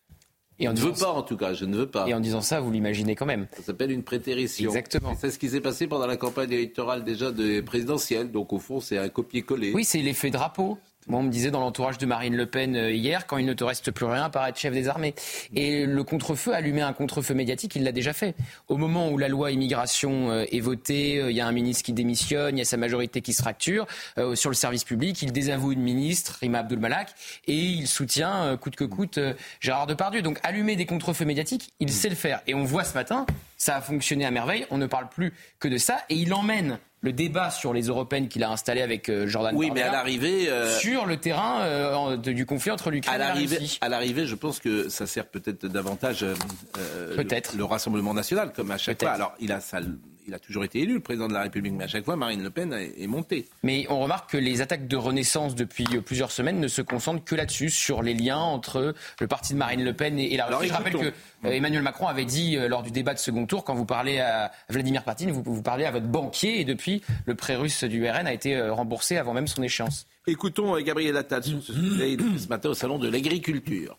Et on je ne veux pas, en tout cas, je ne veux pas. Et en disant ça, vous l'imaginez quand même. Ça s'appelle une prétérition. Exactement. Et c'est ce qui s'est passé pendant la campagne électorale déjà de présidentielle. Donc, au fond, c'est un copier-coller. Oui, c'est l'effet drapeau. Moi, on me disait dans l'entourage de Marine Le Pen hier, quand il ne te reste plus rien, apparaître chef des armées. Et le contre-feu, allumer un contre-feu médiatique, il l'a déjà fait. Au moment où la loi immigration est votée, il y a un ministre qui démissionne, il y a sa majorité qui se fracture. Euh, sur le service public, il désavoue une ministre, Rima Abdul Malak, et il soutient, euh, coûte que coûte, euh, Gérard Depardieu. Donc, allumer des contre-feux médiatiques, il sait le faire. Et on voit ce matin, ça a fonctionné à merveille. On ne parle plus que de ça. Et il emmène le débat sur les européennes qu'il a installé avec euh, Jordan oui, Bardella, mais à l'arrivée, euh, sur le terrain euh, de, du conflit entre l'Ukraine à et la Russie. À l'arrivée, je pense que ça sert peut-être davantage euh, peut-être. Le, le Rassemblement national, comme à chaque peut-être. fois. Alors, il a, ça, il a toujours été élu, le président de la République, mais à chaque fois, Marine Le Pen est, est montée. Mais on remarque que les attaques de Renaissance depuis plusieurs semaines ne se concentrent que là-dessus, sur les liens entre le parti de Marine Le Pen et, et la Russie. Alors, je rappelle que euh, Emmanuel Macron avait dit euh, lors du débat de second tour, quand vous parlez à Vladimir Poutine, vous, vous parlez à votre banquier, et depuis, le prêt russe du R N a été euh, remboursé avant même son échéance. Écoutons euh, Gabriel Attal sur ce sujet ce matin au salon de l'agriculture.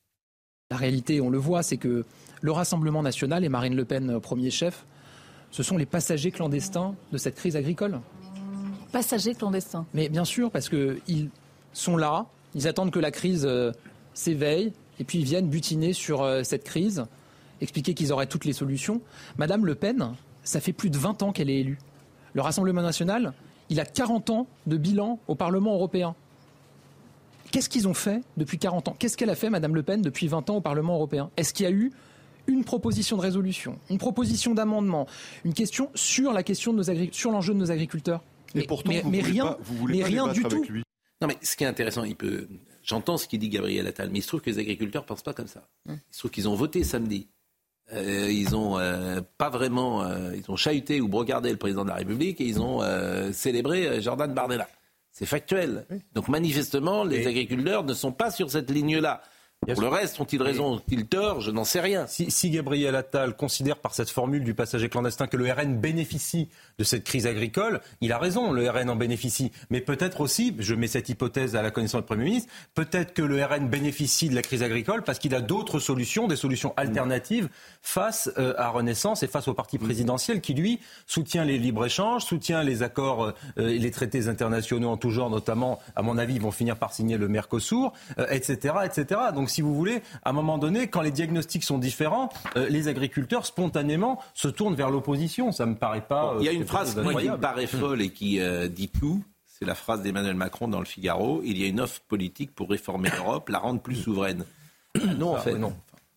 La réalité, on le voit, c'est que le Rassemblement national et Marine Le Pen, premier chef, ce sont les passagers clandestins de cette crise agricole. Passagers clandestins. Mais bien sûr, parce qu'ils sont là, ils attendent que la crise euh, s'éveille, et puis ils viennent butiner sur euh, cette crise, expliquer qu'ils auraient toutes les solutions. Madame Le Pen, ça fait plus de vingt ans qu'elle est élue. Le Rassemblement national, il a quarante ans de bilan au Parlement européen. Qu'est-ce qu'ils ont fait depuis quarante ans ? Qu'est-ce qu'elle a fait, Madame Le Pen, depuis vingt ans au Parlement européen ? Est-ce qu'il y a eu une proposition de résolution, une proposition d'amendement, une question sur la question de nos agri- sur l'enjeu de nos agriculteurs ? Et mais, pourtant, mais, vous mais voulez rien, pas, vous voulez mais pas rien du tout. Lui. Non, mais ce qui est intéressant, il peut. J'entends ce qu'il dit Gabriel Attal, mais il se trouve que les agriculteurs ne pensent pas comme ça. Il se trouve qu'ils ont voté samedi. Euh, ils ont euh, pas vraiment, euh, ils ont chahuté ou brocardé le président de la République et ils ont euh, célébré euh, Jordan Bardella. C'est factuel. Oui. Donc manifestement, les et... agriculteurs ne sont pas sur cette ligne-là. Pour le reste, ont-ils raison, ont-ils tort ? Je n'en sais rien. Si, si Gabriel Attal considère par cette formule du passager clandestin que le R N bénéficie de cette crise agricole, il a raison, le R N en bénéficie. Mais peut-être aussi, je mets cette hypothèse à la connaissance du Premier ministre, peut-être que le R N bénéficie de la crise agricole parce qu'il a d'autres solutions, des solutions alternatives face euh, à Renaissance et face au parti présidentiel qui, lui, soutient les libres-échanges, soutient les accords euh, et les traités internationaux en tout genre, notamment, à mon avis, ils vont finir par signer le Mercosur, euh, et cetera, et cetera. Donc, si vous voulez, à un moment donné, quand les diagnostics sont différents, euh, les agriculteurs spontanément se tournent vers l'opposition. Ça me paraît pas. Euh, Il y a une phrase moi, qui me paraît folle et qui euh, dit tout. C'est la phrase d'Emmanuel Macron dans le Figaro. Il y a une offre politique pour réformer l'Europe, la rendre plus souveraine. Non, en fait, non.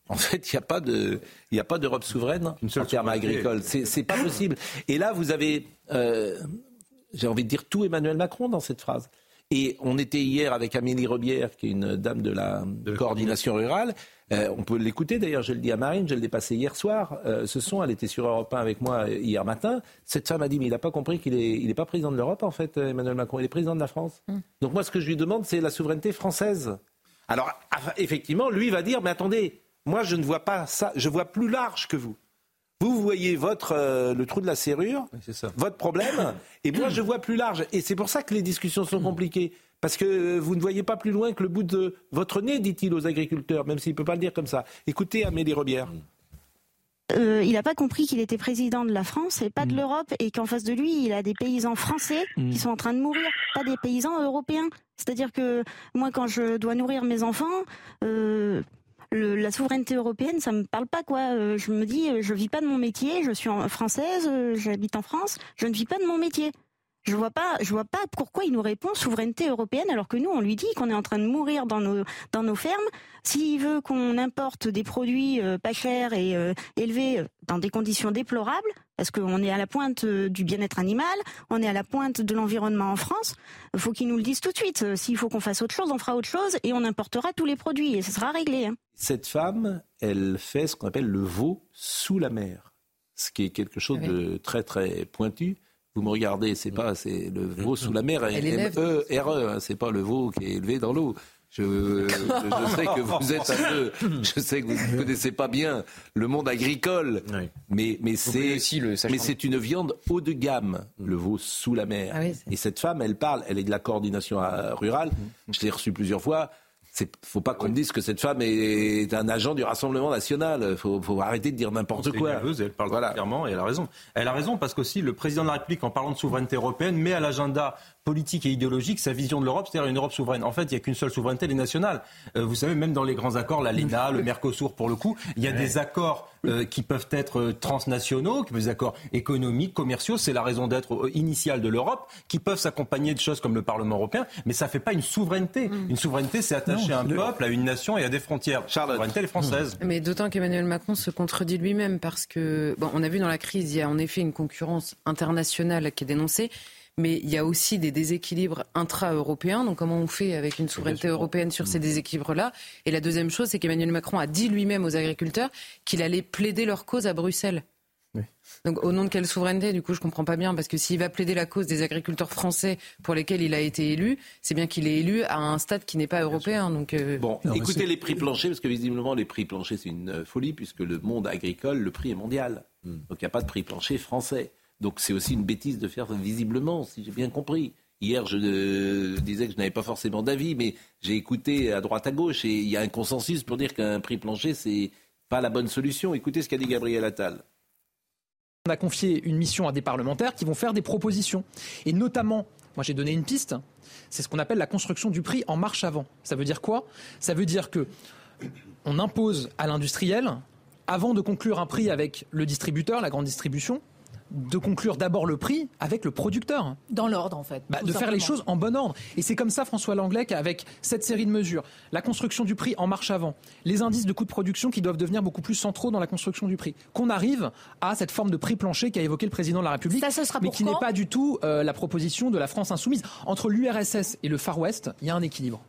En fait, il n'y a pas de, il n'y a pas d'Europe souveraine en termes agricoles. C'est, c'est pas possible. Et là, vous avez, euh, j'ai envie de dire tout Emmanuel Macron dans cette phrase. Et on était hier avec Amélie Rebière, qui est une dame de la de coordination rurale. Euh, on peut l'écouter d'ailleurs, je le dis à Marine, je l'ai passé hier soir. Euh, ce son, elle était sur Europe un avec moi hier matin. Cette femme a dit, mais il n'a pas compris qu'il est, il est pas président de l'Europe en fait, Emmanuel Macron. Il est président de la France. Mm. Donc moi, ce que je lui demande, c'est la souveraineté française. Alors, effectivement, lui va dire, mais attendez, moi, je ne vois pas ça, je vois plus large que vous. Vous, vous voyez votre, euh, le trou de la serrure, oui, c'est ça. Votre problème, et moi, je vois plus large. Et c'est pour ça que les discussions sont compliquées. Parce que vous ne voyez pas plus loin que le bout de votre nez, dit-il aux agriculteurs, même s'il ne peut pas le dire comme ça. Écoutez Amélie Rebière. Euh, il n'a pas compris qu'il était président de la France et pas de l'Europe, et qu'en face de lui, il a des paysans français qui sont en train de mourir, pas des paysans européens. C'est-à-dire que moi, quand je dois nourrir mes enfants... Euh Le, la souveraineté européenne, ça me parle pas, quoi. Euh, je me dis, euh, je vis pas de mon métier, je suis en, française, euh, j'habite en France, je ne vis pas de mon métier. Je vois pas, je vois pas pourquoi il nous répond souveraineté européenne alors que nous, on lui dit qu'on est en train de mourir dans nos dans nos fermes. S'il veut qu'on importe des produits euh, pas chers et euh, élevés dans des conditions déplorables, parce qu'on est à la pointe du bien-être animal, on est à la pointe de l'environnement en France, il faut qu'il nous le dise tout de suite. S'il faut qu'on fasse autre chose, on fera autre chose et on importera tous les produits et ça sera réglé. Hein. Cette femme, elle fait ce qu'on appelle le veau sous la mer, ce qui est quelque chose de très très pointu. Vous me regardez, c'est pas, c'est le veau sous la mer, M E R E, hein, c'est pas le veau qui est élevé dans l'eau. Je, je, je sais que vous êtes un peu, je sais que vous ne connaissez pas bien le monde agricole, oui. mais, mais, c'est, le, mais c'est une viande haut de gamme, le veau sous la mer. Ah oui, et cette femme, elle parle, elle est de la coordination rurale, je l'ai reçue plusieurs fois. Il ne faut pas qu'on me dise que cette femme est un agent du Rassemblement national. Il faut, faut arrêter de dire n'importe quoi. Nerveuse, elle parle voilà. clairement et elle a raison. Elle a raison parce qu'aussi le président de la République, en parlant de souveraineté européenne, met à l'agenda politique et idéologique sa vision de l'Europe, c'est-à-dire une Europe souveraine. En fait, il n'y a qu'une seule souveraineté, elle est nationale. Euh, vous savez, même dans les grands accords, l'A L E N A, le Mercosur pour le coup, il y a des accords euh, qui peuvent être transnationaux, qui peuvent être des accords économiques, commerciaux, c'est la raison d'être initiale de l'Europe, qui peuvent s'accompagner de choses comme le Parlement européen, mais ça ne fait pas une souveraineté. Une souveraineté, c'est attaché non, à un le... peuple, à une nation et à des frontières. Charlotte. La souveraineté, elle est française. Mais d'autant qu'Emmanuel Macron se contredit lui-même parce que, bon, on a vu dans la crise, il y a en effet une concurrence internationale qui est dénoncée. Mais il y a aussi des déséquilibres intra-européens. Donc comment on fait avec une souveraineté européenne sur ces déséquilibres-là ? Et la deuxième chose, c'est qu'Emmanuel Macron a dit lui-même aux agriculteurs qu'il allait plaider leur cause à Bruxelles. Oui. Donc au nom de quelle souveraineté ? Du coup, je ne comprends pas bien. Parce que s'il va plaider la cause des agriculteurs français pour lesquels il a été élu, c'est bien qu'il est élu à un stade qui n'est pas européen. Donc, euh... Bon, non, écoutez les prix planchers, parce que visiblement les prix planchers, c'est une folie, puisque le monde agricole, le prix est mondial. Mm. Donc il n'y a pas de prix plancher français. Donc c'est aussi une bêtise de faire visiblement, si j'ai bien compris. Hier, je euh, disais que je n'avais pas forcément d'avis, mais j'ai écouté à droite à gauche et il y a un consensus pour dire qu'un prix plancher, c'est pas la bonne solution. Écoutez ce qu'a dit Gabriel Attal. On a confié une mission à des parlementaires qui vont faire des propositions. Et notamment, moi j'ai donné une piste, c'est ce qu'on appelle la construction du prix en marche avant. Ça veut dire quoi ? Ça veut dire que on impose à l'industriel, avant de conclure un prix avec le distributeur, la grande distribution, de conclure d'abord le prix avec le producteur. Dans l'ordre, en fait. Bah, de simplement. Faire les choses en bon ordre. Et c'est comme ça, François Langlais, qu'avec cette série de mesures, la construction du prix en marche avant, les indices de coûts de production qui doivent devenir beaucoup plus centraux dans la construction du prix, qu'on arrive à cette forme de prix plancher qu'a évoqué le président de la République, ça, ce sera mais qui quand n'est pas du tout euh, la proposition de la France insoumise. Entre l'U R S S et le Far West, il y a un équilibre.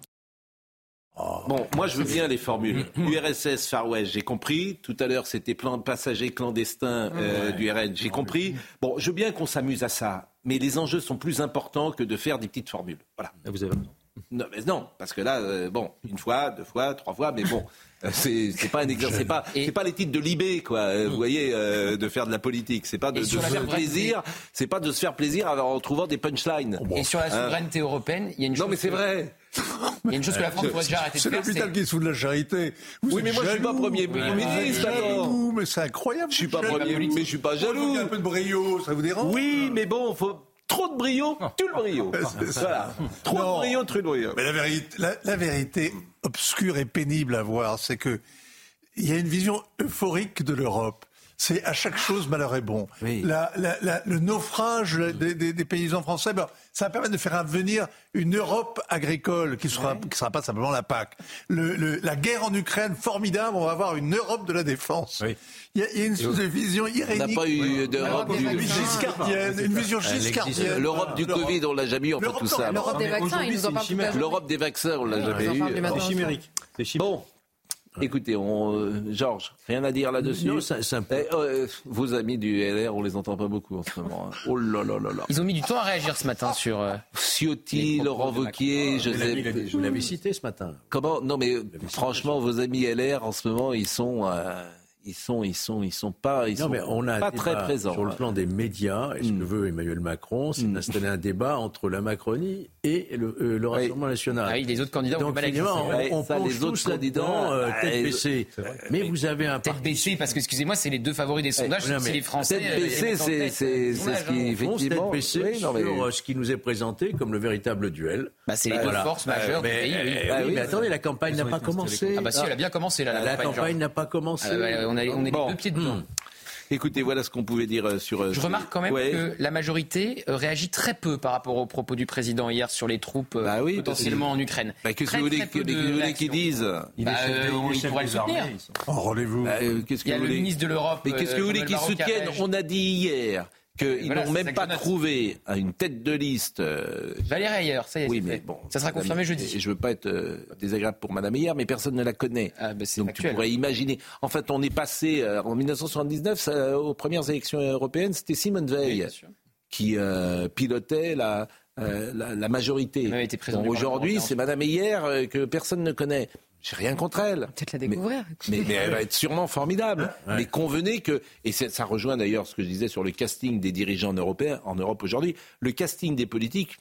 Bon, moi je veux bien les formules. U R S S, Far West, j'ai compris. Tout à l'heure, c'était plan de passagers clandestins euh, ouais. du R N, j'ai compris. Bon, je veux bien qu'on s'amuse à ça, mais les enjeux sont plus importants que de faire des petites formules. Voilà. Vous avez raison. Non, mais non, parce que là, euh, bon, une fois, deux fois, trois fois, mais bon, euh, c'est, c'est pas un exercice, c'est pas, et... c'est pas les titres de Libé, quoi. Euh, vous voyez, euh, de faire de la politique, c'est pas de, de se faire plaisir, c'est pas de se faire plaisir en trouvant des punchlines. Et sur la souveraineté hein. européenne, il y a une chose. Non, mais c'est que... vrai. Il y a une chose que la France pourrait déjà arrêter de c'est faire. C'est l'hôpital qui se fout de la charité. Vous oui, mais moi jaloux. Je suis pas premier ouais. ministre. Jaloux, mais c'est incroyable. Je suis pas premier ministre, mais je suis pas jaloux. Un peu de brio, ça vous dérange ? Oui, mais bon, faut. Trop de brio, tue le brio. Voilà. Trop non, de brio, tue le brio. Mais la vérité, la, la vérité obscure et pénible à voir, c'est que il y a une vision euphorique de l'Europe. c'est à chaque chose malheur est bon. Oui. La, la, la, le naufrage des, des, des paysans français, ben, ça va permettre de faire venir une Europe agricole qui sera, qui sera pas simplement la P A C. Le, le, la guerre en Ukraine, formidable, on va avoir une Europe de la défense. Oui. Il, y a, il y a une sorte de vision irénique. On n'a pas eu d'Europe du... giscardienne, une vision giscardienne. L'Europe du Covid, on l'a jamais eu, enfin tout ça. L'Europe des vaccins, ils nous en parlent tout à l'heure. L'Europe des vaccins, on l'a jamais eu. C'est chimérique. C'est chimérique. Bon. Écoutez, on, euh, Georges, rien à dire là-dessus. Non, c'est, c'est un peu... eh, euh, vos amis du L R, on les entend pas beaucoup en ce moment. Hein. Oh là là là là. Ils ont mis du temps à réagir ce matin sur... Euh, Ciotti, Laurent Wauquiez, Joseph... Vous l'avez cité ce matin. Comment ? Non mais franchement, vos amis L R, en ce moment, ils sont... Euh, Ils sont, ils sont, ils sont pas, ils non, sont mais on a pas très présents. Sur le plan des médias, et ce que veut Emmanuel Macron, c'est d'installer un débat entre la Macronie et le, euh, le Rassemblement oui. national. Ah oui, les autres candidats Donc, ont mal finalement, on, on ça, plonge les autres tous là-dedans, euh, tête ah, baissée. Mais vous avez un tête baissée parce que, excusez-moi, c'est les deux favoris des sondages, ouais, c'est les Français. Tête baissée, c'est, c'est, c'est ce qui effectivement. Tête baissée oui, non, mais... sur ce qui nous est présenté comme le véritable duel. Bah, c'est les deux voilà. forces majeures mais, du pays. Oui. Euh, oui, mais attendez, la campagne n'a pas commencé. Ah bah si, elle a bien commencé là. La campagne n'a pas commencé. On est les deux pieds dedans. Écoutez, voilà ce qu'on pouvait dire sur... Je remarque quand même ouais. que la majorité réagit très peu par rapport aux propos du président hier sur les troupes bah oui, potentiellement en Ukraine. Bah, qu'est-ce que vous voulez qu'ils disent ? Il bah, euh, il pourrait le soutenir. Oh, rendez-vous. Bah, euh, qu'est-ce que il y a vous le voulez... ministre de l'Europe. Mais qu'est-ce que vous voulez qu'ils soutiennent ? On a dit hier qu'ils voilà, n'ont même pas trouvé une tête de liste. Euh... Valérie Ayer, ça y est. Oui, c'est mais fait. bon, ça sera confirmé jeudi. Je ne veux pas être euh, désagréable pour Madame Ayer, mais personne ne la connaît. Ah, bah, c'est donc actuel. Tu pourrais imaginer. En fait, on est passé euh, en dix-neuf cent soixante-dix-neuf ça, aux premières élections européennes, c'était Simone Veil oui, qui euh, pilotait la, euh, la, la majorité. Bon, aujourd'hui, c'est Madame Ayer euh, que personne ne connaît. J'ai rien contre elle. Peut-être la découvrir. Mais, mais, mais elle va être sûrement formidable. Ouais. Mais convenez que, et ça rejoint d'ailleurs ce que je disais sur le casting des dirigeants européens en Europe aujourd'hui, le casting des politiques,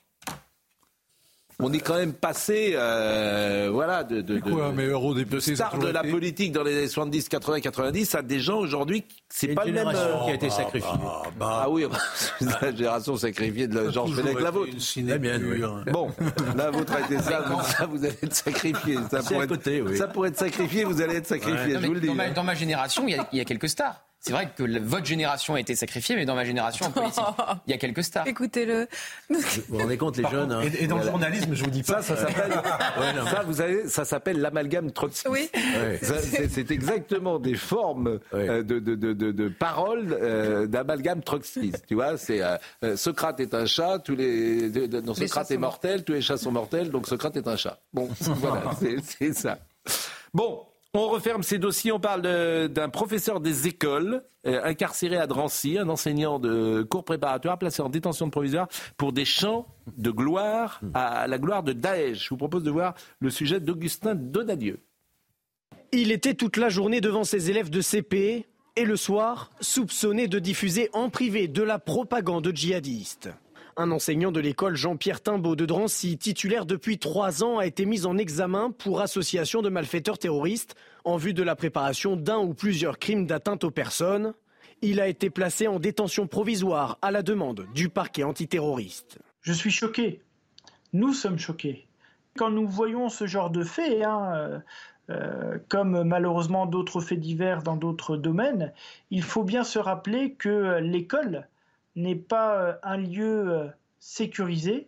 on est quand même passé, euh, voilà, de, de, quoi, de, de stars de la politique dans les années soixante-dix, quatre-vingts, quatre-vingt-dix à des gens aujourd'hui, c'est pas le même. Euh, qui a été sacrifiée. Ah, bah, ah oui, la génération sacrifiée de Georges Fenech, la vôtre. Bon, la vôtre a été ça, ça vous allez être sacrifié. Ça pourrait être, côté, oui. ça pourrait être sacrifié, vous allez être sacrifié, ouais. je vous le dis. Dans ma, dans ma génération, il y, a, il y a quelques stars. C'est vrai que le, votre génération a été sacrifiée, mais dans ma génération en politique, il y a quelques stars. Écoutez-le. Vous vous rendez compte, les jeunes. Hein. Et, et dans le journalisme, je vous dis pas. Ça, ça s'appelle, ouais, ça, vous savez, ça s'appelle l'amalgame trotskiste. Oui. Ouais. Ça, c'est, c'est exactement des formes ouais. euh, de, de, de, de, de paroles euh, d'amalgame trotskiste. Tu vois, c'est euh, Socrate est un chat, tous les, de, de, non, Socrate est mortel, tous les chats sont mortels, donc Socrate est un chat. Bon, voilà, c'est, c'est ça. Bon. On referme ces dossiers, on parle de, d'un professeur des écoles euh, incarcéré à Drancy, un enseignant de cours préparatoire placé en détention provisoire pour des chants de gloire à la gloire de Daesh. Je vous propose de voir le sujet d'Augustin Donadieu. Il était toute la journée devant ses élèves de C P et le soir, soupçonné de diffuser en privé de la propagande djihadiste. Un enseignant de l'école Jean-Pierre Timbaud de Drancy, titulaire depuis trois ans, a été mis en examen pour association de malfaiteurs terroristes en vue de la préparation d'un ou plusieurs crimes d'atteinte aux personnes. Il a été placé en détention provisoire à la demande du parquet antiterroriste. Je suis choqué. Nous sommes choqués. Quand nous voyons ce genre de faits, hein, euh, euh, comme malheureusement d'autres faits divers dans d'autres domaines, il faut bien se rappeler que l'école n'est pas un lieu sécurisé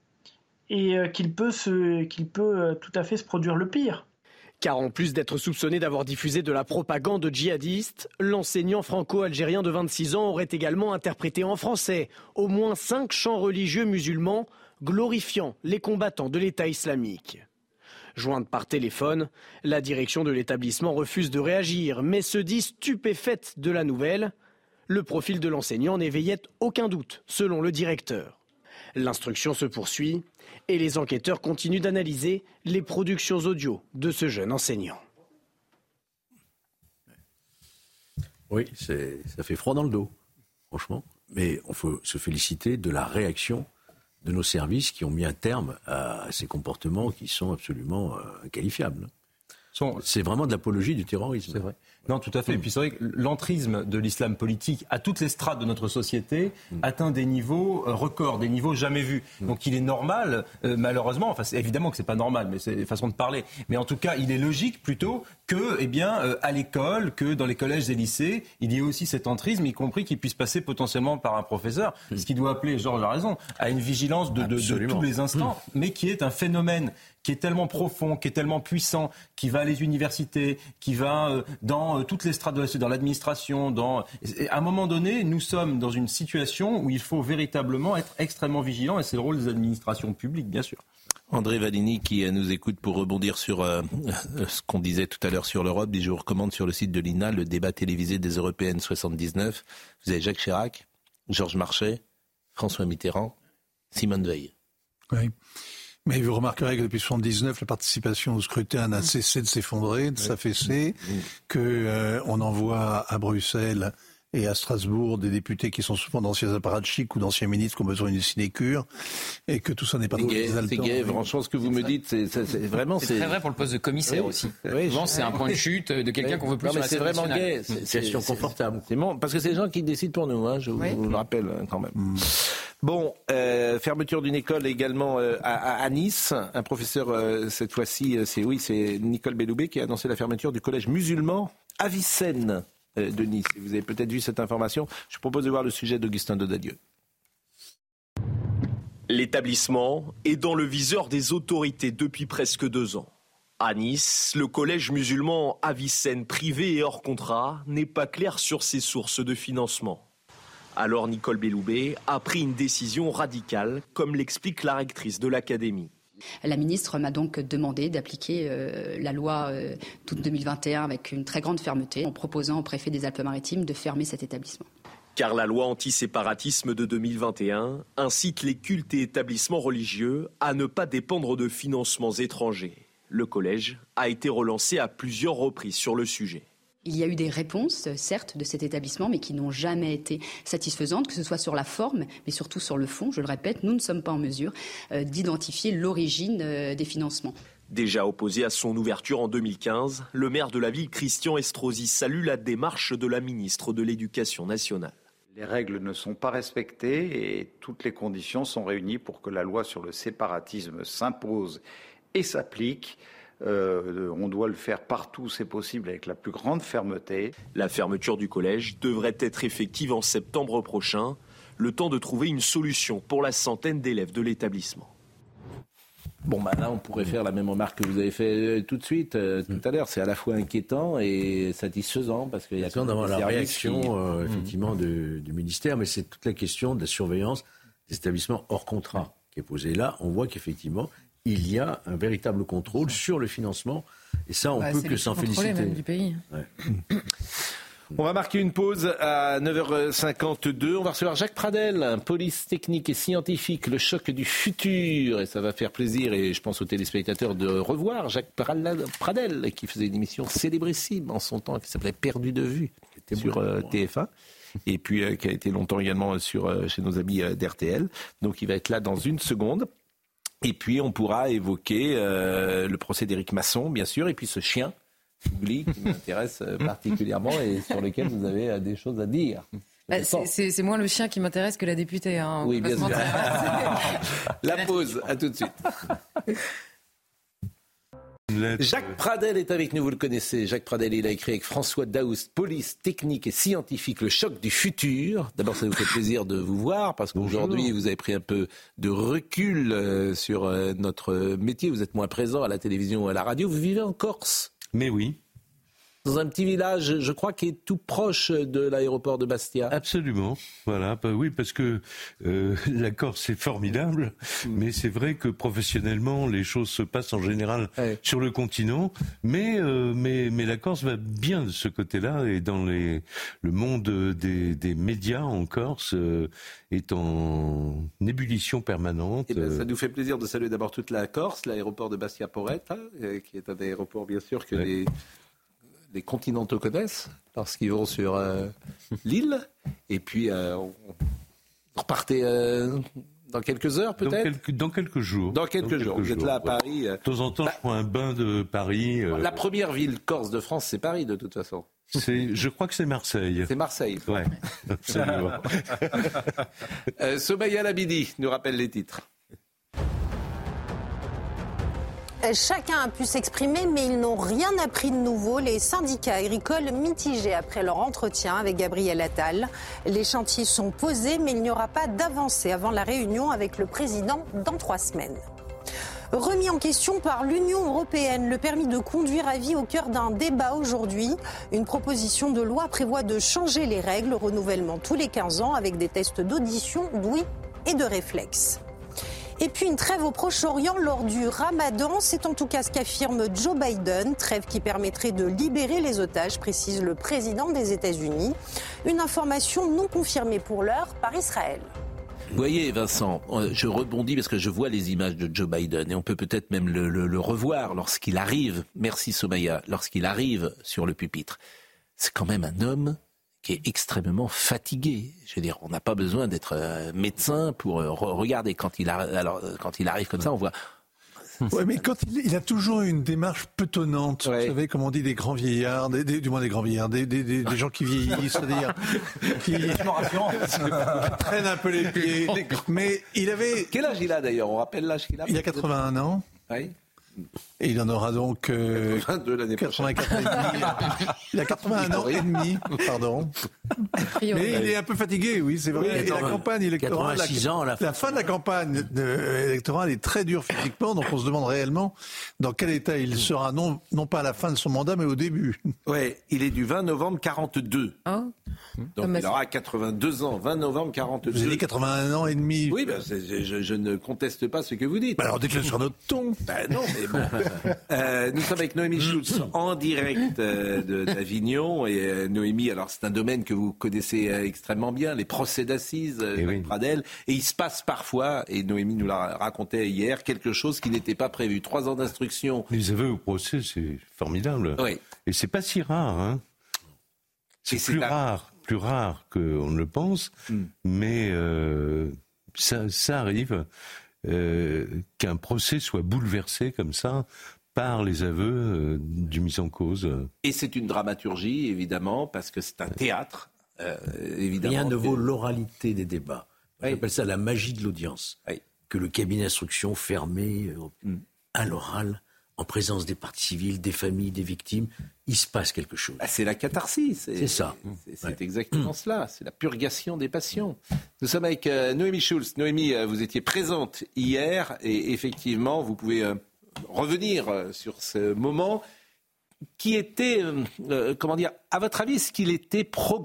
et qu'il peut, se, qu'il peut tout à fait se produire le pire. Car en plus d'être soupçonné d'avoir diffusé de la propagande djihadiste, l'enseignant franco-algérien de vingt-six ans aurait également interprété en français au moins cinq chants religieux musulmans glorifiant les combattants de l'État islamique. Jointe par téléphone, la direction de l'établissement refuse de réagir, mais se dit stupéfaite de la nouvelle. Le profil de l'enseignant n'éveillait aucun doute, selon le directeur. L'instruction se poursuit et les enquêteurs continuent d'analyser les productions audio de ce jeune enseignant. Oui, c'est, ça fait froid dans le dos, franchement. Mais on faut se féliciter de la réaction de nos services qui ont mis un terme à ces comportements qui sont absolument euh, inqualifiables. C'est vraiment de l'apologie du terrorisme. C'est vrai. Non, tout à fait. Et puis c'est vrai que l'entrisme de l'islam politique à toutes les strates de notre société mmh. atteint des niveaux euh, records, des niveaux jamais vus. Mmh. Donc il est normal, euh, malheureusement, enfin c'est évidemment que c'est pas normal, mais c'est une façon de parler. Mais en tout cas, il est logique plutôt que, eh bien, euh, à l'école, que dans les collèges et lycées, il y ait aussi cet entrisme, y compris qu'il puisse passer potentiellement par un professeur, mmh. ce qui doit appeler, Georges a raison, à une vigilance de, de, de tous les instants, mmh. mais qui est un phénomène qui est tellement profond, qui est tellement puissant, qui va à les universités, qui va euh, dans euh, toutes les strates de la société, dans l'administration. Dans... Et à un moment donné, nous sommes dans une situation où il faut véritablement être extrêmement vigilant, et c'est le rôle des administrations publiques, bien sûr. André Valigny qui nous écoute pour rebondir sur euh, ce qu'on disait tout à l'heure sur l'Europe, dit je vous recommande sur le site de l'I N A le débat télévisé des Européennes soixante-dix-neuf. Vous avez Jacques Chirac, Georges Marchais, François Mitterrand, Simone Veil. Oui. Mais vous remarquerez que depuis soixante-dix-neuf, la participation au scrutin n'a cessé de s'effondrer, de oui. s'affaisser, oui. qu'on euh, envoie à Bruxelles et à Strasbourg des députés qui sont souvent d'anciens apparatchiks ou d'anciens ministres qui ont besoin d'une sinécure, et que tout ça n'est pas trop exaltant. C'est gai, franchement, ce que vous me dites, c'est, c'est, c'est vraiment... C'est, c'est très vrai pour le poste de commissaire oui. aussi. Oui, Souvent, c'est un point de chute de quelqu'un oui. qu'on veut plus non, sur la scène nationale. C'est vraiment gai. C'est une situation confortable. C'est bon, parce que c'est les gens qui décident pour nous, hein, je oui. vous le rappelle quand même. Mm. Bon, euh, fermeture d'une école également euh, à, à Nice. Un professeur, euh, cette fois-ci, c'est oui, c'est Nicole Belloubet qui a annoncé la fermeture du collège musulman Avicenne de Nice. Vous avez peut-être vu cette information. Je vous propose de voir le sujet d'Augustin Dodadieu. L'établissement est dans le viseur des autorités depuis presque deux ans. À Nice, le collège musulman Avicenne privé et hors contrat n'est pas clair sur ses sources de financement. Alors Nicole Belloubet a pris une décision radicale, comme l'explique la rectrice de l'académie. La ministre m'a donc demandé d'appliquer euh, la loi euh, d'août deux mille vingt et un avec une très grande fermeté, en proposant au préfet des Alpes-Maritimes de fermer cet établissement. Car la loi anti-séparatisme de deux mille vingt et un incite les cultes et établissements religieux à ne pas dépendre de financements étrangers. Le collège a été relancé à plusieurs reprises sur le sujet. Il y a eu des réponses, certes, de cet établissement, mais qui n'ont jamais été satisfaisantes, que ce soit sur la forme, mais surtout sur le fond. Je le répète, nous ne sommes pas en mesure euh, d'identifier l'origine euh, des financements. Déjà opposé à son ouverture en deux mille quinze, le maire de la ville, Christian Estrosi, salue la démarche de la ministre de l'Éducation nationale. Les règles ne sont pas respectées et toutes les conditions sont réunies pour que la loi sur le séparatisme s'impose et s'applique. Euh, on doit le faire partout, c'est possible, avec la plus grande fermeté. La fermeture du collège devrait être effective en septembre prochain, le temps de trouver une solution pour la centaine d'élèves de l'établissement. Bon, bah là, on pourrait faire la même remarque que vous avez fait tout de suite, euh, tout à l'heure. C'est à la fois inquiétant et satisfaisant, parce qu'il y a quand même la réaction qui... euh, effectivement mmh. de, du ministère, mais c'est toute la question de la surveillance des établissements hors contrat qui est posée. Là, on voit qu'effectivement, il y a un véritable contrôle sur le financement, et ça, on bah, peut que s'en féliciter. Même du pays. Ouais. On va marquer une pause à neuf heures cinquante-deux. On va recevoir Jacques Pradel, police technique et scientifique, le choc du futur. Et ça va faire plaisir, et je pense aux téléspectateurs, de revoir Jacques Pradel, qui faisait une émission célébrissime en son temps, qui s'appelait Perdu de vue sur euh, T F un. Et puis euh, qui a été longtemps également sur, euh, chez nos amis euh, d'R T L. Donc il va être là dans une seconde. Et puis on pourra évoquer euh, le procès d'Éric Masson, bien sûr, et puis ce chien, Oubli, qui m'intéresse particulièrement et sur lequel vous avez euh, des choses à dire. Bah, c'est, c'est, c'est moins le chien qui m'intéresse que la députée. Hein, oui, bien sûr. La pause, à tout de suite. Jacques Pradel est avec nous, vous le connaissez. Jacques Pradel, il a écrit avec François Daoust, police technique et scientifique, le choc du futur. D'abord, ça nous fait plaisir de vous voir, parce qu'aujourd'hui, vous avez pris un peu de recul euh, sur euh, notre métier. Vous êtes moins présent à la télévision ou à la radio. Vous vivez en Corse. Mais oui. Dans un petit village, je crois, qui est tout proche de l'aéroport de Bastia. Absolument. Voilà. Bah oui, parce que euh, la Corse est formidable, mmh. mais c'est vrai que professionnellement, les choses se passent en général ouais. sur le continent. Mais, euh, mais, mais la Corse va bien de ce côté-là, et dans les, le monde des, des médias en Corse euh, est en ébullition permanente. Eh ben, ça nous fait plaisir de saluer d'abord toute la Corse, l'aéroport de Bastia-Porretta, euh, qui est un aéroport, bien sûr, que ouais. les... les continentaux connaissent, parce qu'ils vont sur euh, l'île, et puis euh, on repartez euh, dans quelques heures peut-être dans quelques, dans quelques jours. Dans quelques, dans quelques jours, vous êtes là à Paris. Euh, de temps en temps, bah, je prends un bain de Paris. Euh... La première ville corse de France, c'est Paris, de toute façon. C'est, je crois que c'est Marseille. C'est Marseille. Ouais, absolument. euh, Somaya Labidi nous rappelle les titres. Chacun a pu s'exprimer, mais ils n'ont rien appris de nouveau. Les syndicats agricoles mitigés après leur entretien avec Gabriel Attal. Les chantiers sont posés, mais il n'y aura pas d'avancée avant la réunion avec le président dans trois semaines. Remis en question par l'Union européenne, le permis de conduire à vie au cœur d'un débat aujourd'hui. Une proposition de loi prévoit de changer les règles, renouvellement tous les quinze ans avec des tests d'audition, d'ouïe et de réflexe. Et puis une trêve au Proche-Orient lors du Ramadan, c'est en tout cas ce qu'affirme Joe Biden, trêve qui permettrait de libérer les otages, précise le président des États-Unis. Une information non confirmée pour l'heure par Israël. Vous voyez, Vincent, je rebondis parce que je vois les images de Joe Biden et on peut peut-être même le, le, le revoir lorsqu'il arrive, merci Somaya, lorsqu'il arrive sur le pupitre. C'est quand même un homme qui est extrêmement fatigué. Je veux dire, on n'a pas besoin d'être euh, médecin pour euh, regarder quand il, a, alors, quand il arrive comme ça, on voit... Oui, mais quand il, il a toujours une démarche petonnante, ouais. Vous savez, comme on dit, des grands vieillards, des, des, du moins des grands vieillards, des, des, des, des gens qui vieillissent, c'est-à-dire qui, qui traînent un peu les pieds. Mais il avait... Quel âge il a d'ailleurs? On rappelle l'âge qu'il a? Il a quatre-vingt-un ans. Oui. Et il en aura donc euh, quatre-vingt-deux l'année quatre-vingt-quatre et demi. Il a quatre-vingt-un ans et demi, pardon. Mais il est un peu fatigué, oui, c'est vrai. Et la campagne électorale, quatre-vingt-six ans, la, la fin de la campagne de, électorale est très dure physiquement, donc on se demande réellement dans quel état il sera, non, non pas à la fin de son mandat, mais au début. Ouais, il est du vingt novembre quarante-deux. Oh. Donc il aura quatre-vingt-deux ans, vingt novembre quarante-deux. Vous avez dit quatre-vingt-un ans et demi. Oui, ben, c'est, je, je ne conteste pas ce que vous dites. Ben alors dites-le sur notre ton. Ben non, mais bon. Euh, nous sommes avec Noémie Schulz en direct euh, de, d'Avignon. Et euh, Noémie, alors c'est un domaine que vous connaissez euh, extrêmement bien, les procès d'assises, euh, oui. Pradel. Et il se passe parfois, et Noémie nous l'a raconté hier, quelque chose qui n'était pas prévu. Trois ans d'instruction. Les aveux au procès, c'est formidable. Oui. Et c'est pas si rare, hein. C'est, c'est plus un... rare, plus rare qu'on ne le pense, mm. mais euh, ça, ça arrive. Euh, qu'un procès soit bouleversé comme ça par les aveux euh, du mis en cause. Et c'est une dramaturgie, évidemment, parce que c'est un théâtre, euh, évidemment. Rien ne vaut l'oralité des débats. Oui. J'appelle ça la magie de l'audience. Oui. Que le cabinet d'instruction fermé euh, mm. à l'oral, en présence des parties civiles, des familles, des victimes, il se passe quelque chose. Ah, c'est la catharsis. C'est, c'est ça. C'est, c'est ouais. exactement mmh. cela. C'est la purgation des passions. Nous sommes avec euh, Noémie Schulz. Noémie, euh, vous étiez présente hier et effectivement, vous pouvez euh, revenir euh, sur ce moment qui était, euh, euh, comment dire, à votre avis, est-ce qu'il était programmé ?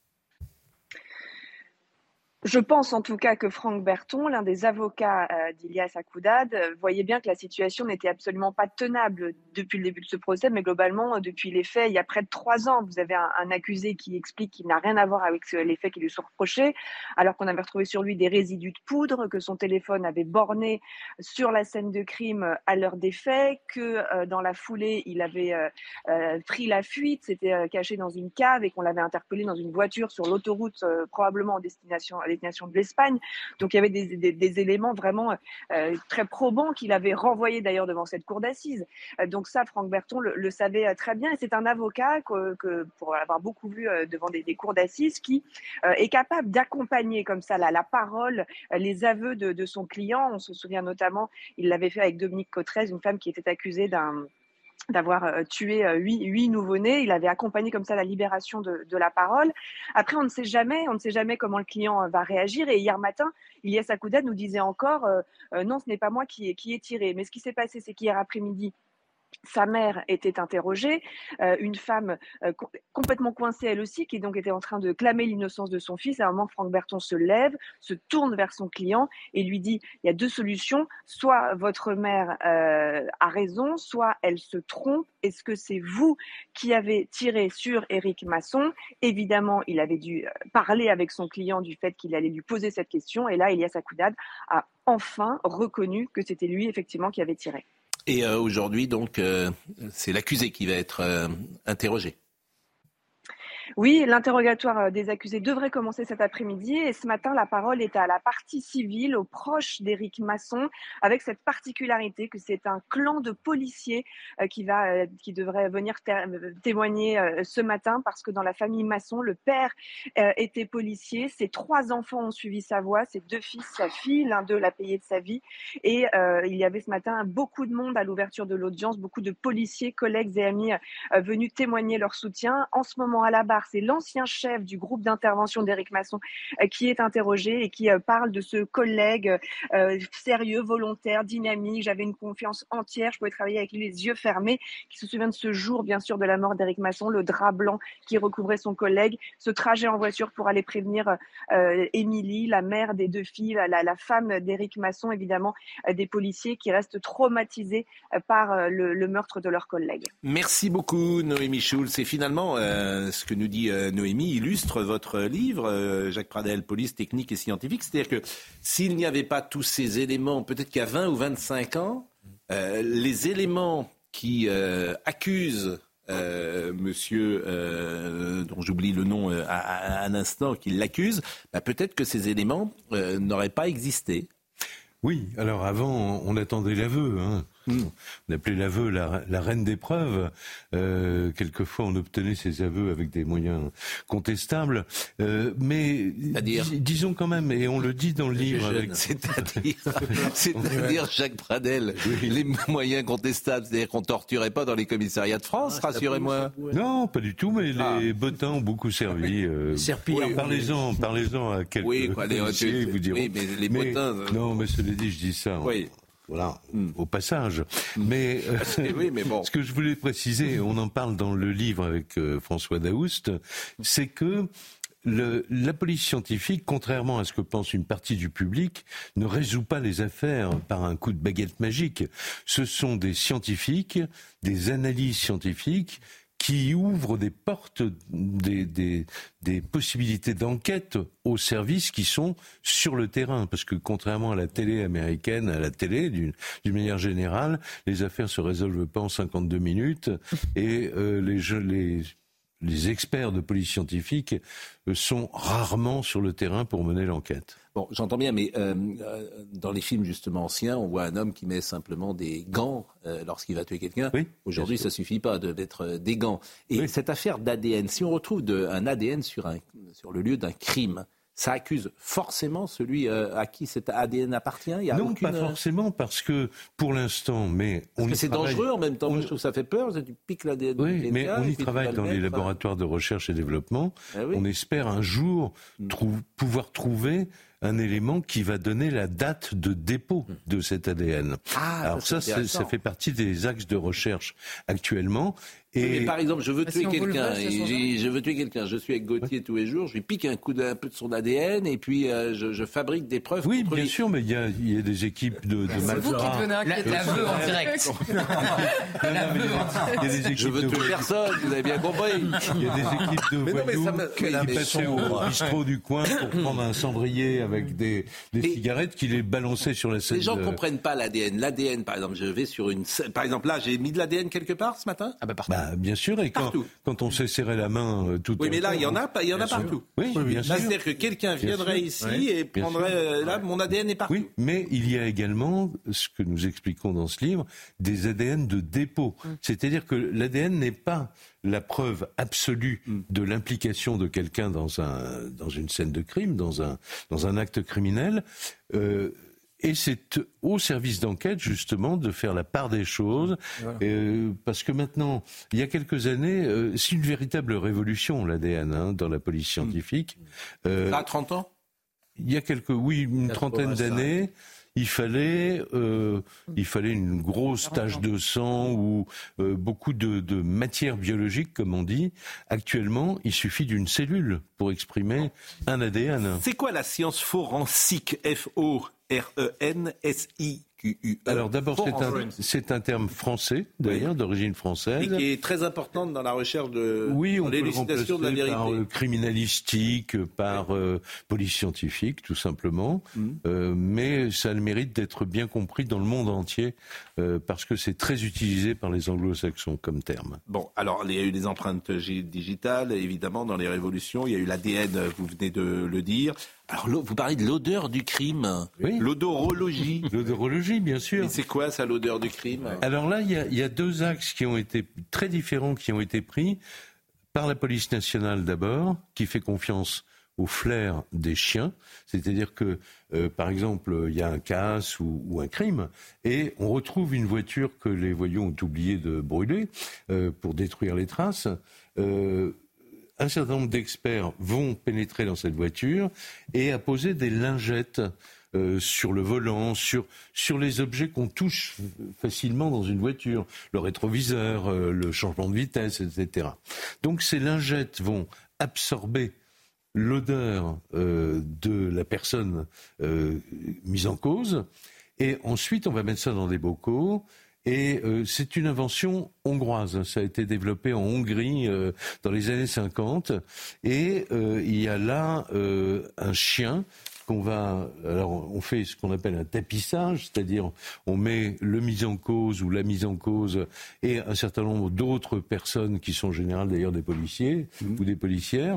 Je pense en tout cas que Franck Berton, l'un des avocats euh, d'Ilyas Akoudad, euh, voyait bien que la situation n'était absolument pas tenable depuis le début de ce procès, mais globalement, euh, depuis les faits, il y a près de trois ans, vous avez un, un accusé qui explique qu'il n'a rien à voir avec euh, les faits qui lui sont reprochés, alors qu'on avait retrouvé sur lui des résidus de poudre, que son téléphone avait borné sur la scène de crime à l'heure des faits, que euh, dans la foulée, il avait euh, euh, pris la fuite, s'était euh, caché dans une cave et qu'on l'avait interpellé dans une voiture sur l'autoroute, euh, probablement en destination destination de l'Espagne. Donc il y avait des, des, des éléments vraiment euh, très probants qu'il avait renvoyés d'ailleurs devant cette cour d'assises. Euh, donc ça, Franck Berton le, le savait euh, très bien et c'est un avocat que, que pour avoir beaucoup vu euh, devant des, des cours d'assises qui euh, est capable d'accompagner comme ça la, la parole, euh, les aveux de, de son client. On se souvient notamment, il l'avait fait avec Dominique Cotrez, une femme qui était accusée d'un d'avoir euh, tué euh, huit, huit nouveau-nés. Il avait accompagné comme ça la libération de, de la parole. Après, on ne sait jamais, on ne sait jamais comment le client euh, va réagir. Et hier matin, Ilyas Akoudad nous disait encore euh, euh, non, ce n'est pas moi qui, qui ai tiré. Mais ce qui s'est passé, c'est qu'hier après-midi, sa mère était interrogée, euh, une femme euh, co- complètement coincée elle aussi, qui donc était en train de clamer l'innocence de son fils. À un moment, Franck Berton se lève, se tourne vers son client et lui dit il y a deux solutions, soit votre mère euh, a raison, soit elle se trompe. Est-ce que c'est vous qui avez tiré sur Éric Masson ? Évidemment, il avait dû parler avec son client du fait qu'il allait lui poser cette question. Et là, Ilyas Akoudad a enfin reconnu que c'était lui effectivement qui avait tiré. Et euh, aujourd'hui, donc, euh, c'est l'accusé qui va être euh, interrogé. Oui, l'interrogatoire des accusés devrait commencer cet après-midi et ce matin, la parole est à la partie civile, aux proches d'Éric Masson, avec cette particularité que c'est un clan de policiers euh, qui, va, euh, qui devrait venir témoigner euh, ce matin parce que dans la famille Masson, le père euh, était policier, ses trois enfants ont suivi sa voie, ses deux fils, sa fille, l'un d'eux l'a payé de sa vie et euh, il y avait ce matin beaucoup de monde à l'ouverture de l'audience, beaucoup de policiers, collègues et amis euh, venus témoigner leur soutien. En ce moment, à la barre, c'est l'ancien chef du groupe d'intervention d'Éric Masson euh, qui est interrogé et qui euh, parle de ce collègue euh, sérieux, volontaire, dynamique. J'avais une confiance entière, je pouvais travailler avec lui les yeux fermés, qui se souvient de ce jour, bien sûr, de la mort d'Éric Masson, le drap blanc qui recouvrait son collègue, ce trajet en voiture pour aller prévenir euh, Émilie, la mère des deux filles, la, la femme d'Éric Masson, évidemment, euh, des policiers qui restent traumatisés euh, par euh, le, le meurtre de leur collègue. Merci beaucoup, Noémie Schulz. Et finalement, euh, ce que nous dit euh, Noémie illustre votre livre, euh, Jacques Pradel, Police technique et scientifique. C'est-à-dire que s'il n'y avait pas tous ces éléments, peut-être qu'il y a vingt ou vingt-cinq ans, euh, les éléments qui euh, accusent euh, monsieur, euh, dont j'oublie le nom euh, à, à un instant, qui l'accuse, bah, peut-être que ces éléments euh, n'auraient pas existé. Oui, alors avant, on attendait l'aveu. Hein. Mmh. On appelait l'aveu la, la reine des preuves. Euh, quelquefois, on obtenait ces aveux avec des moyens contestables. Euh, mais dis, disons quand même, et on le dit dans le livre... Avec... C'est-à-dire, c'est-à-dire Jacques Pradel, oui. Les moyens contestables, c'est-à-dire qu'on ne torturait pas dans les commissariats de France, ah, rassurez-moi. Non, pas du tout, mais ah. les bottins ont beaucoup servi. Euh, oui, parlez-en, parlez-en à quelques... Oui, quoi, les policiers, vous diront. Oui, mais les bottins... Mais, non, mais cela dit, je dis ça... Oui. Voilà, mm. au passage. Mm. Mais, euh, oui, mais bon. Ce que je voulais préciser, on en parle dans le livre avec euh, François Daoust, c'est que le, la police scientifique, contrairement à ce que pense une partie du public, ne résout pas les affaires par un coup de baguette magique. Ce sont des scientifiques, des analyses scientifiques qui ouvrent des portes, des, des, des possibilités d'enquête aux services qui sont sur le terrain. Parce que contrairement à la télé américaine, à la télé, d'une, d'une manière générale, les affaires se résolvent pas en cinquante-deux minutes et euh, les, les, les experts de police scientifique sont rarement sur le terrain pour mener l'enquête. Bon, j'entends bien, mais euh, dans les films justement anciens, on voit un homme qui met simplement des gants euh, lorsqu'il va tuer quelqu'un. Oui, aujourd'hui, ça suffit pas de mettre euh, des gants. Et oui. Cette affaire d'A D N, si on retrouve de, un A D N sur, un, sur le lieu d'un crime, ça accuse forcément celui euh, à qui cet A D N appartient. Il y a non, aucune... pas forcément, parce que pour l'instant, mais on parce que y c'est travaille... dangereux en même temps. On... Moi, je trouve que ça fait peur. Tu piques l'A D N. Oui, mais cas, on y travaille dans les mettre, laboratoires de recherche et développement. Ah oui. On espère un jour trou... pouvoir trouver un élément qui va donner la date de dépôt de cet A D N. Ah, alors ça, ça, ça fait partie des axes de recherche actuellement. Et... Oui, mais par exemple, je veux tuer si quelqu'un, et je veux tuer quelqu'un, je suis avec Gauthier ouais. tous les jours, je lui pique un coup d'un peu de son A D N et puis euh, je, je fabrique des preuves. Oui, bien lui. sûr, mais il y a, il y a des équipes de, de malfrats. L'aveu en direct. Il y a des équipes je veux de tuer personne, vous avez bien compris. Il y a des équipes de voyous qui passaient au bistrot du coin pour prendre un cendrier avec des, des et cigarettes qui les balançaient sur la scène. Les gens ne de... comprennent pas l'A D N. L'A D N, par exemple, je vais sur une... Par exemple, là, j'ai mis de l'A D N quelque part ce matin. Ah bah partout. Bah, bien sûr, et quand, quand on s'est serré la main euh, tout Oui, mais là, il y en a, il y en a partout. Oui, oui, bien sûr. C'est-à-dire que quelqu'un viendrait ici oui, et prendrait... Euh, là, mon A D N est partout. Oui, mais il y a également, ce que nous expliquons dans ce livre, des A D N de dépôt. Mm. C'est-à-dire que l'A D N n'est pas la preuve absolue mm. de l'implication de quelqu'un dans, un, dans une scène de crime, dans un, dans un acte criminel. Euh, Et c'est au service d'enquête, justement, de faire la part des choses. Voilà. Euh, parce que maintenant, il y a quelques années, euh, c'est une véritable révolution, l'A D N, hein, dans la police scientifique. Mmh. Euh, à trente ans Il y a quelques, oui, une trentaine d'années. Il fallait, euh, il fallait une grosse tache de sang ou euh, beaucoup de, de matière biologique, comme on dit. Actuellement, il suffit d'une cellule pour exprimer un A D N. C'est quoi la science forensique, F O R E N S I Q U E. Alors d'abord, c'est un, c'est un terme français, d'ailleurs, oui. d'origine française. Et qui est très importante dans la recherche de oui, on l'élucidation de la vérité. Par euh, criminalistique, par euh, police scientifique, tout simplement. Mm. Euh, mais ça a le mérite d'être bien compris dans le monde entier, euh, parce que c'est très utilisé par les anglo-saxons comme terme. Bon, alors il y a eu des empreintes digitales, évidemment, dans les révolutions. Il y a eu l'A D N, vous venez de le dire. Alors, vous parlez de l'odeur du crime, oui. L'odorologie. L'odorologie, bien sûr. Et c'est quoi ça, l'odeur du crime? Alors là, il y, a, il y a deux axes qui ont été très différents, qui ont été pris par la police nationale d'abord, qui fait confiance au flair des chiens, c'est-à-dire que, euh, par exemple, il y a un casse ou, ou un crime, et on retrouve une voiture que les voyous ont oublié de brûler euh, pour détruire les traces. Euh, Un certain nombre d'experts vont pénétrer dans cette voiture et apposer des lingettes euh, sur le volant, sur, sur les objets qu'on touche facilement dans une voiture, le rétroviseur, euh, le changement de vitesse, et cetera. Donc ces lingettes vont absorber l'odeur euh, de la personne euh, mise en cause et ensuite on va mettre ça dans des bocaux. Et euh, c'est une invention hongroise. Ça a été développé en Hongrie euh, dans les années cinquante. Et euh, il y a là euh, un chien qu'on va... Alors, on fait ce qu'on appelle un tapissage, c'est-à-dire on met le mis en cause ou la mise en cause et un certain nombre d'autres personnes qui sont en général d'ailleurs des policiers mmh. ou des policières.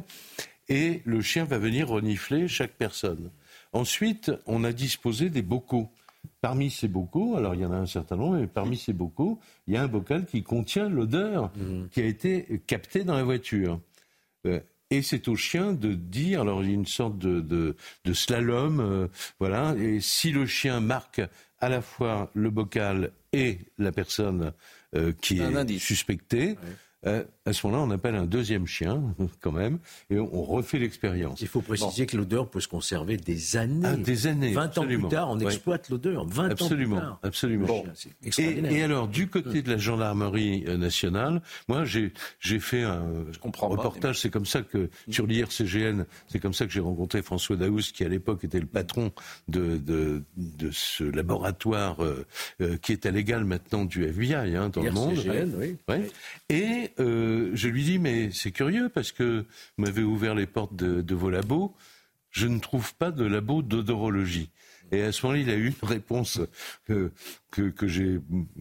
Et le chien va venir renifler chaque personne. Ensuite, on a disposé des bocaux. Parmi ces bocaux, alors il y en a un certain nombre, mais parmi ces bocaux, il y a un bocal qui contient l'odeur mmh. qui a été captée dans la voiture. Euh, et c'est au chien de dire, alors il y a une sorte de, de, de slalom, euh, voilà, et si le chien marque à la fois le bocal et la personne euh, qui un est indice. Suspectée, ouais. Euh, à ce moment-là, on appelle un deuxième chien, quand même, et on refait l'expérience. Il faut préciser bon. que l'odeur peut se conserver des années. Ah, des années, vingt absolument. ans plus tard, on exploite ouais. l'odeur. vingt absolument, ans plus tard. Absolument. Bon. Et, et alors, du côté de la gendarmerie nationale, moi, j'ai, j'ai fait un reportage. Pas, c'est comme ça que, sur l'I R C G N, c'est comme ça que j'ai rencontré François Daoust, qui à l'époque était le patron de, de, de ce laboratoire euh, euh, qui est à l'égal maintenant du F B I hein, dans I R C G N, le monde. Oui. Ouais. Et euh, je lui dis, mais c'est curieux parce que vous m'avez ouvert les portes de, de vos labos. Je ne trouve pas de labo d'odorologie. Et à ce moment-là, il a eu une réponse que, que, que j'ai,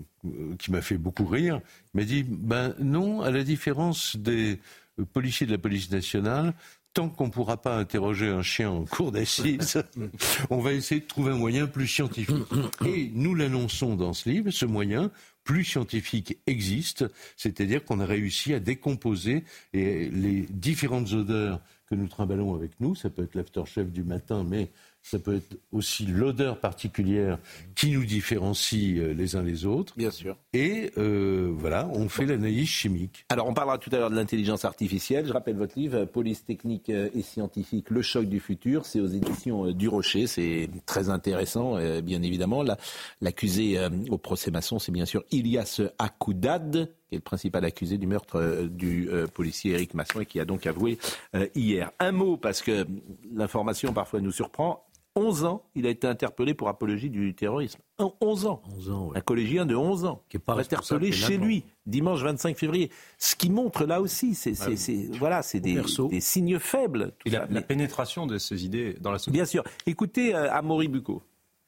qui m'a fait beaucoup rire. Il m'a dit, ben non, à la différence des policiers de la police nationale, tant qu'on ne pourra pas interroger un chien en cour d'assises, on va essayer de trouver un moyen plus scientifique. Et nous l'annonçons dans ce livre, ce moyen plus scientifique existe, c'est-à-dire qu'on a réussi à décomposer les différentes odeurs que nous trimballons avec nous. Ça peut être l'aftershave du matin, mais ça peut être aussi l'odeur particulière qui nous différencie les uns les autres. Bien sûr. Et euh, voilà, on fait l'analyse chimique. Alors, on parlera tout à l'heure de l'intelligence artificielle. Je rappelle votre livre, Police technique et scientifique, le choc du futur. C'est aux éditions du Rocher. C'est très intéressant, bien évidemment. La, l'accusé au procès Masson, c'est bien sûr Ilyas Akoudad, qui est le principal accusé du meurtre euh, du euh, policier Éric Masson et qui a donc avoué euh, hier. Un mot, parce que l'information parfois nous surprend. onze ans, il a été interpellé pour apologie du terrorisme. onze ans. onze ans ouais. Un collégien de onze ans. Qui est pas interpellé chez lui, dimanche vingt-cinq février. Ce qui montre là aussi, c'est, c'est, c'est, voilà, c'est des, des signes faibles. Et la, la pénétration de ces idées dans la société. Bien sûr. Écoutez euh, Amaury Bucco.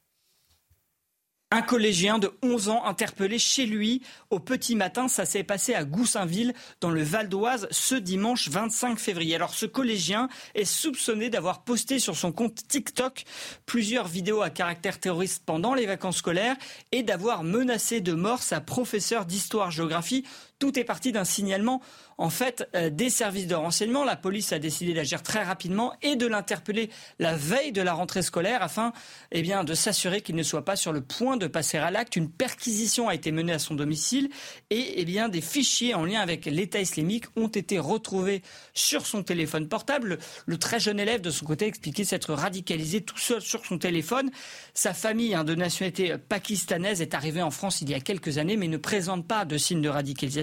Un collégien de onze ans interpellé chez lui au petit matin. Ça s'est passé à Goussainville, dans le Val d'Oise, ce dimanche vingt-cinq février. Alors ce collégien est soupçonné d'avoir posté sur son compte TikTok plusieurs vidéos à caractère terroriste pendant les vacances scolaires et d'avoir menacé de mort sa professeure d'histoire-géographie. Tout est parti d'un signalement en fait euh, des services de renseignement. La police a décidé d'agir très rapidement et de l'interpeller la veille de la rentrée scolaire afin eh bien, de s'assurer qu'il ne soit pas sur le point de passer à l'acte. Une perquisition a été menée à son domicile et eh bien, des fichiers en lien avec l'État islamique ont été retrouvés sur son téléphone portable. Le, le très jeune élève de son côté expliquait s'être radicalisé tout seul sur son téléphone. Sa famille hein, de nationalité pakistanaise est arrivée en France il y a quelques années mais ne présente pas de signes de radicalisation.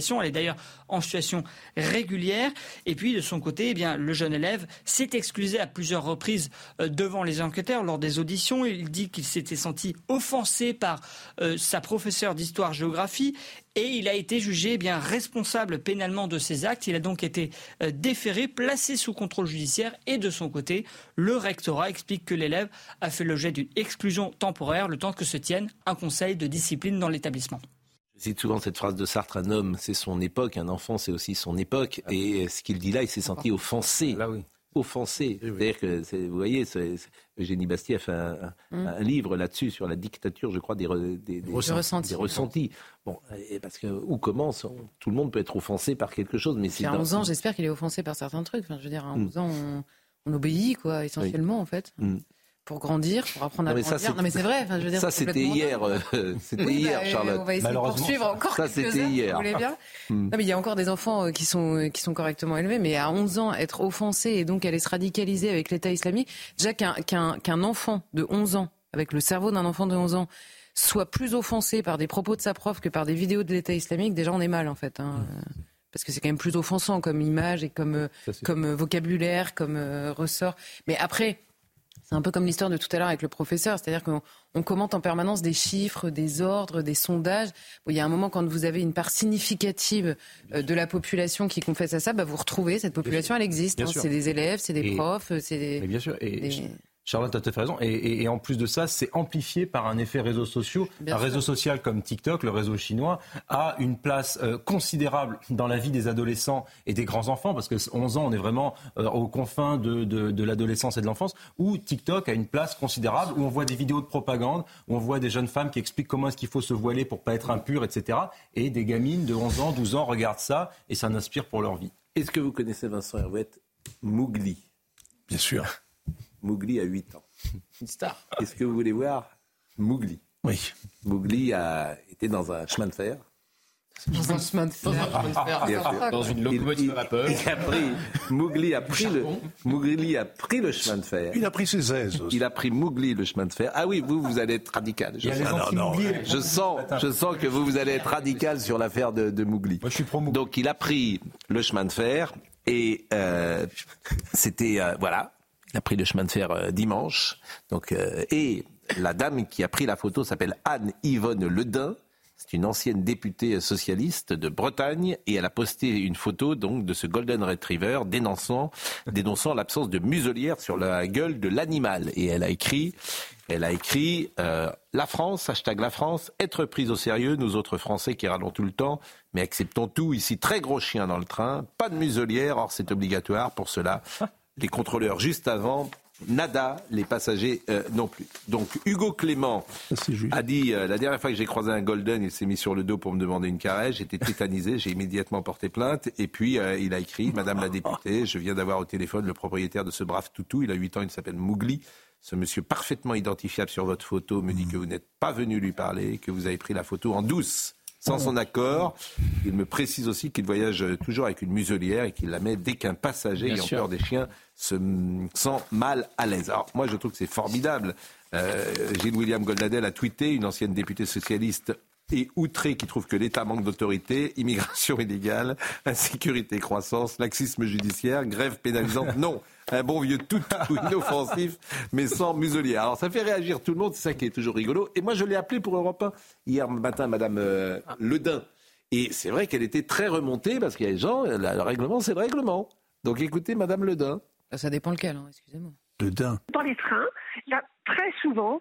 scolarisation. Elle est d'ailleurs en situation régulière. Et puis, de son côté, eh bien, le jeune élève s'est excusé à plusieurs reprises euh, devant les enquêteurs lors des auditions. Il dit qu'il s'était senti offensé par euh, sa professeure d'histoire-géographie et il a été jugé eh bien, responsable pénalement de ses actes. Il a donc été euh, déféré, placé sous contrôle judiciaire et de son côté, le rectorat explique que l'élève a fait l'objet d'une exclusion temporaire le temps que se tienne un conseil de discipline dans l'établissement. Je cite souvent cette phrase de Sartre, un homme c'est son époque, un enfant c'est aussi son époque. Et ce qu'il dit là, il s'est senti offensé. Là, oui. Offensé. Oui, oui. C'est-à-dire que, c'est, vous voyez, c'est, c'est, Eugénie Bastier a fait un, un, mmh. un livre là-dessus, sur la dictature, je crois, des, des, des, ressentis. des ressentis. Bon, parce que où commence, on, tout le monde peut être offensé par quelque chose. Mais c'est à dans... onze ans, j'espère qu'il est offensé par certains trucs. Enfin, je veux dire, à onze mmh. ans, on, on obéit, quoi, essentiellement, oui. en fait. Mmh. Pour grandir, pour apprendre à non, grandir. Ça, non mais c'est vrai. Enfin, je veux dire, ça c'était hier, euh, c'était oui, hier, bah, Charlotte. On va essayer de poursuivre encore ça, quelques c'était heures, hier. Si vous voulez bien. Mm. Non mais il y a encore des enfants qui sont qui sont correctement élevés, mais à onze ans, être offensé et donc aller se radicaliser avec l'État islamique, déjà qu'un qu'un qu'un enfant de onze ans, avec le cerveau d'un enfant de onze ans, soit plus offensé par des propos de sa prof que par des vidéos de l'État islamique, déjà on est mal en fait. Hein. Mm. Parce que c'est quand même plus offensant comme image et comme ça, comme vocabulaire, comme euh, ressort. Mais après. C'est un peu comme l'histoire de tout à l'heure avec le professeur, c'est-à-dire qu'on on commente en permanence des chiffres, des ordres, des sondages. Bon, il y a un moment, quand vous avez une part significative euh, de la population qui confesse à ça, bah, vous retrouvez cette population, elle existe. Hein, c'est des élèves, c'est des et, profs, c'est des... Mais bien sûr, et des... Charlotte a tout à fait raison. Et, et, et en plus de ça, c'est amplifié par un effet réseaux sociaux. Bien un sûr. Réseau social comme TikTok, le réseau chinois, a une place euh, considérable dans la vie des adolescents et des grands enfants, parce que onze ans, on est vraiment euh, aux confins de, de, de l'adolescence et de l'enfance, où TikTok a une place considérable, où on voit des vidéos de propagande, où on voit des jeunes femmes qui expliquent comment est-ce qu'il faut se voiler pour pas être impur, et cetera. Et des gamines de onze ans, douze ans regardent ça et ça inspire pour leur vie. Est-ce que vous connaissez Vincent Herouette Mowgli? Bien sûr. Mowgli a huit ans. Une star. Est-ce que vous voulez voir Mowgli? Oui. Mowgli a été dans un chemin de fer. Dans un chemin de fer. Ah, dans une locomotive à vapeur. Il a pris, Mowgli a pris le, Mowgli a pris le chemin de fer. Il a pris ses aises aussi. Il a pris Mowgli le chemin de fer. Ah oui, vous, vous allez être radical. Je, sens, ah non, non, je sens, je sens que vous, vous allez être radical sur l'affaire de, de Mowgli. Moi, je suis pro Mowgli. Donc, il a pris le chemin de fer et euh, c'était euh, voilà. Il a pris le chemin de fer euh, dimanche. Donc, euh, et la dame qui a pris la photo s'appelle Anne-Yvonne Ledin. C'est une ancienne députée socialiste de Bretagne. Et elle a posté une photo donc, de ce Golden Retriever dénonçant, dénonçant l'absence de muselière sur la gueule de l'animal. Et elle a écrit, elle a écrit euh, la France, hashtag la France, être prise au sérieux, nous autres Français qui râlons tout le temps, mais acceptons tout. Ici, très gros chien dans le train, pas de muselière, or c'est obligatoire pour cela. Les contrôleurs juste avant, nada, les passagers euh, non plus. Donc Hugo Clément a dit, euh, la dernière fois que j'ai croisé un Golden, il s'est mis sur le dos pour me demander une caresse, j'étais tétanisé, j'ai immédiatement porté plainte, et puis euh, il a écrit, Madame la députée, je viens d'avoir au téléphone le propriétaire de ce brave toutou, il a huit ans, il s'appelle Mowgli. Ce monsieur parfaitement identifiable sur votre photo me dit que vous n'êtes pas venu lui parler, que vous avez pris la photo en douce. Sans son accord, il me précise aussi qu'il voyage toujours avec une muselière et qu'il la met dès qu'un passager Bien ayant sûr. peur des chiens se sent mal à l'aise. Alors moi je trouve que c'est formidable. Euh, Gilles William Goldnadel a tweeté, une ancienne députée socialiste et outrée qui trouve que l'État manque d'autorité, immigration illégale, insécurité croissance, laxisme judiciaire, grève pénalisante. Non, un bon vieux tout, tout inoffensif, mais sans muselière. Alors ça fait réagir tout le monde, c'est ça qui est toujours rigolo. Et moi je l'ai appelé pour Europe un hier matin, Madame euh, Ledin. Et c'est vrai qu'elle était très remontée parce qu'il y a des gens, le règlement c'est le règlement. Donc écoutez Madame Ledin. Ça dépend lequel, hein, excusez-moi. Ledin. Dans les trains, il y a très souvent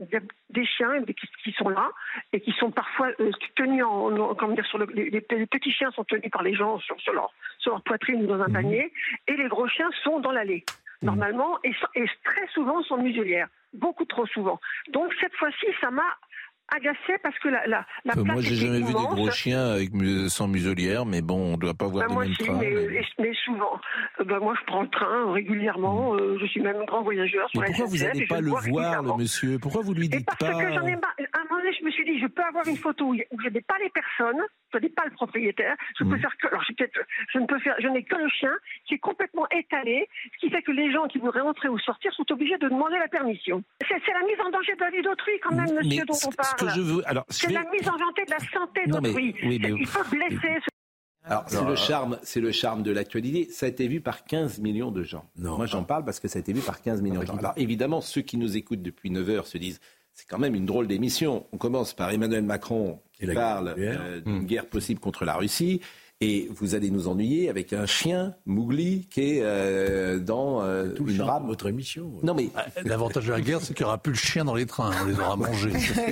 des chiens qui, qui sont là et qui sont parfois euh, tenus en, en comment dire, sur le, les, les petits chiens sont tenus par les gens sur, sur, leur, sur leur poitrine ou dans un mmh. panier et les gros chiens sont dans l'allée mmh. normalement et, et très souvent sans muselière, beaucoup trop souvent. Donc cette fois-ci ça m'a agacé parce que la, la, la euh, place moi j'ai jamais immense. vu des gros chiens avec, sans muselière, mais bon, on doit pas voir bah, moi des mêmes si, trains. Mais, mais... mais souvent, euh, bah, moi je prends le train régulièrement, mmh. euh, je suis même grand voyageur. Mais pourquoi vous n'allez pas le voir, le monsieur? Pourquoi vous lui dites et parce pas que j'en ai pas. À un moment donné, je me suis dit, je peux avoir une photo où je n'ai pas les personnes, je n'ai pas le propriétaire, je mmh. peux faire que, alors je, je ne peux faire, je n'ai que le chien qui est complètement étalé, ce qui fait que les gens qui voudraient rentrer ou sortir sont obligés de demander la permission. C'est, c'est la mise en danger de la vie d'autrui quand même, monsieur, mais dont on parle. Ce que je veux, alors, c'est je vais... la mise en danger de la santé non, d'autrui. Mais, oui, mais... Il peut blesser. Alors, c'est le charme, c'est le charme de l'actualité. Ça a été vu par quinze millions de gens. Non, Moi, j'en parle parce que ça a été vu par quinze millions de gens. Alors, évidemment, ceux qui nous écoutent depuis neuf heures se disent, c'est quand même une drôle d'émission. On commence par Emmanuel Macron qui parle euh, d'une mmh. guerre possible contre la Russie. Et vous allez nous ennuyer avec un chien, Mowgli, qui est euh, dans euh, une rame. Votre émission. Ouais. Non mais l'avantage de la guerre, c'est qu'il n'y aura plus le chien dans les trains. On les aura mangés.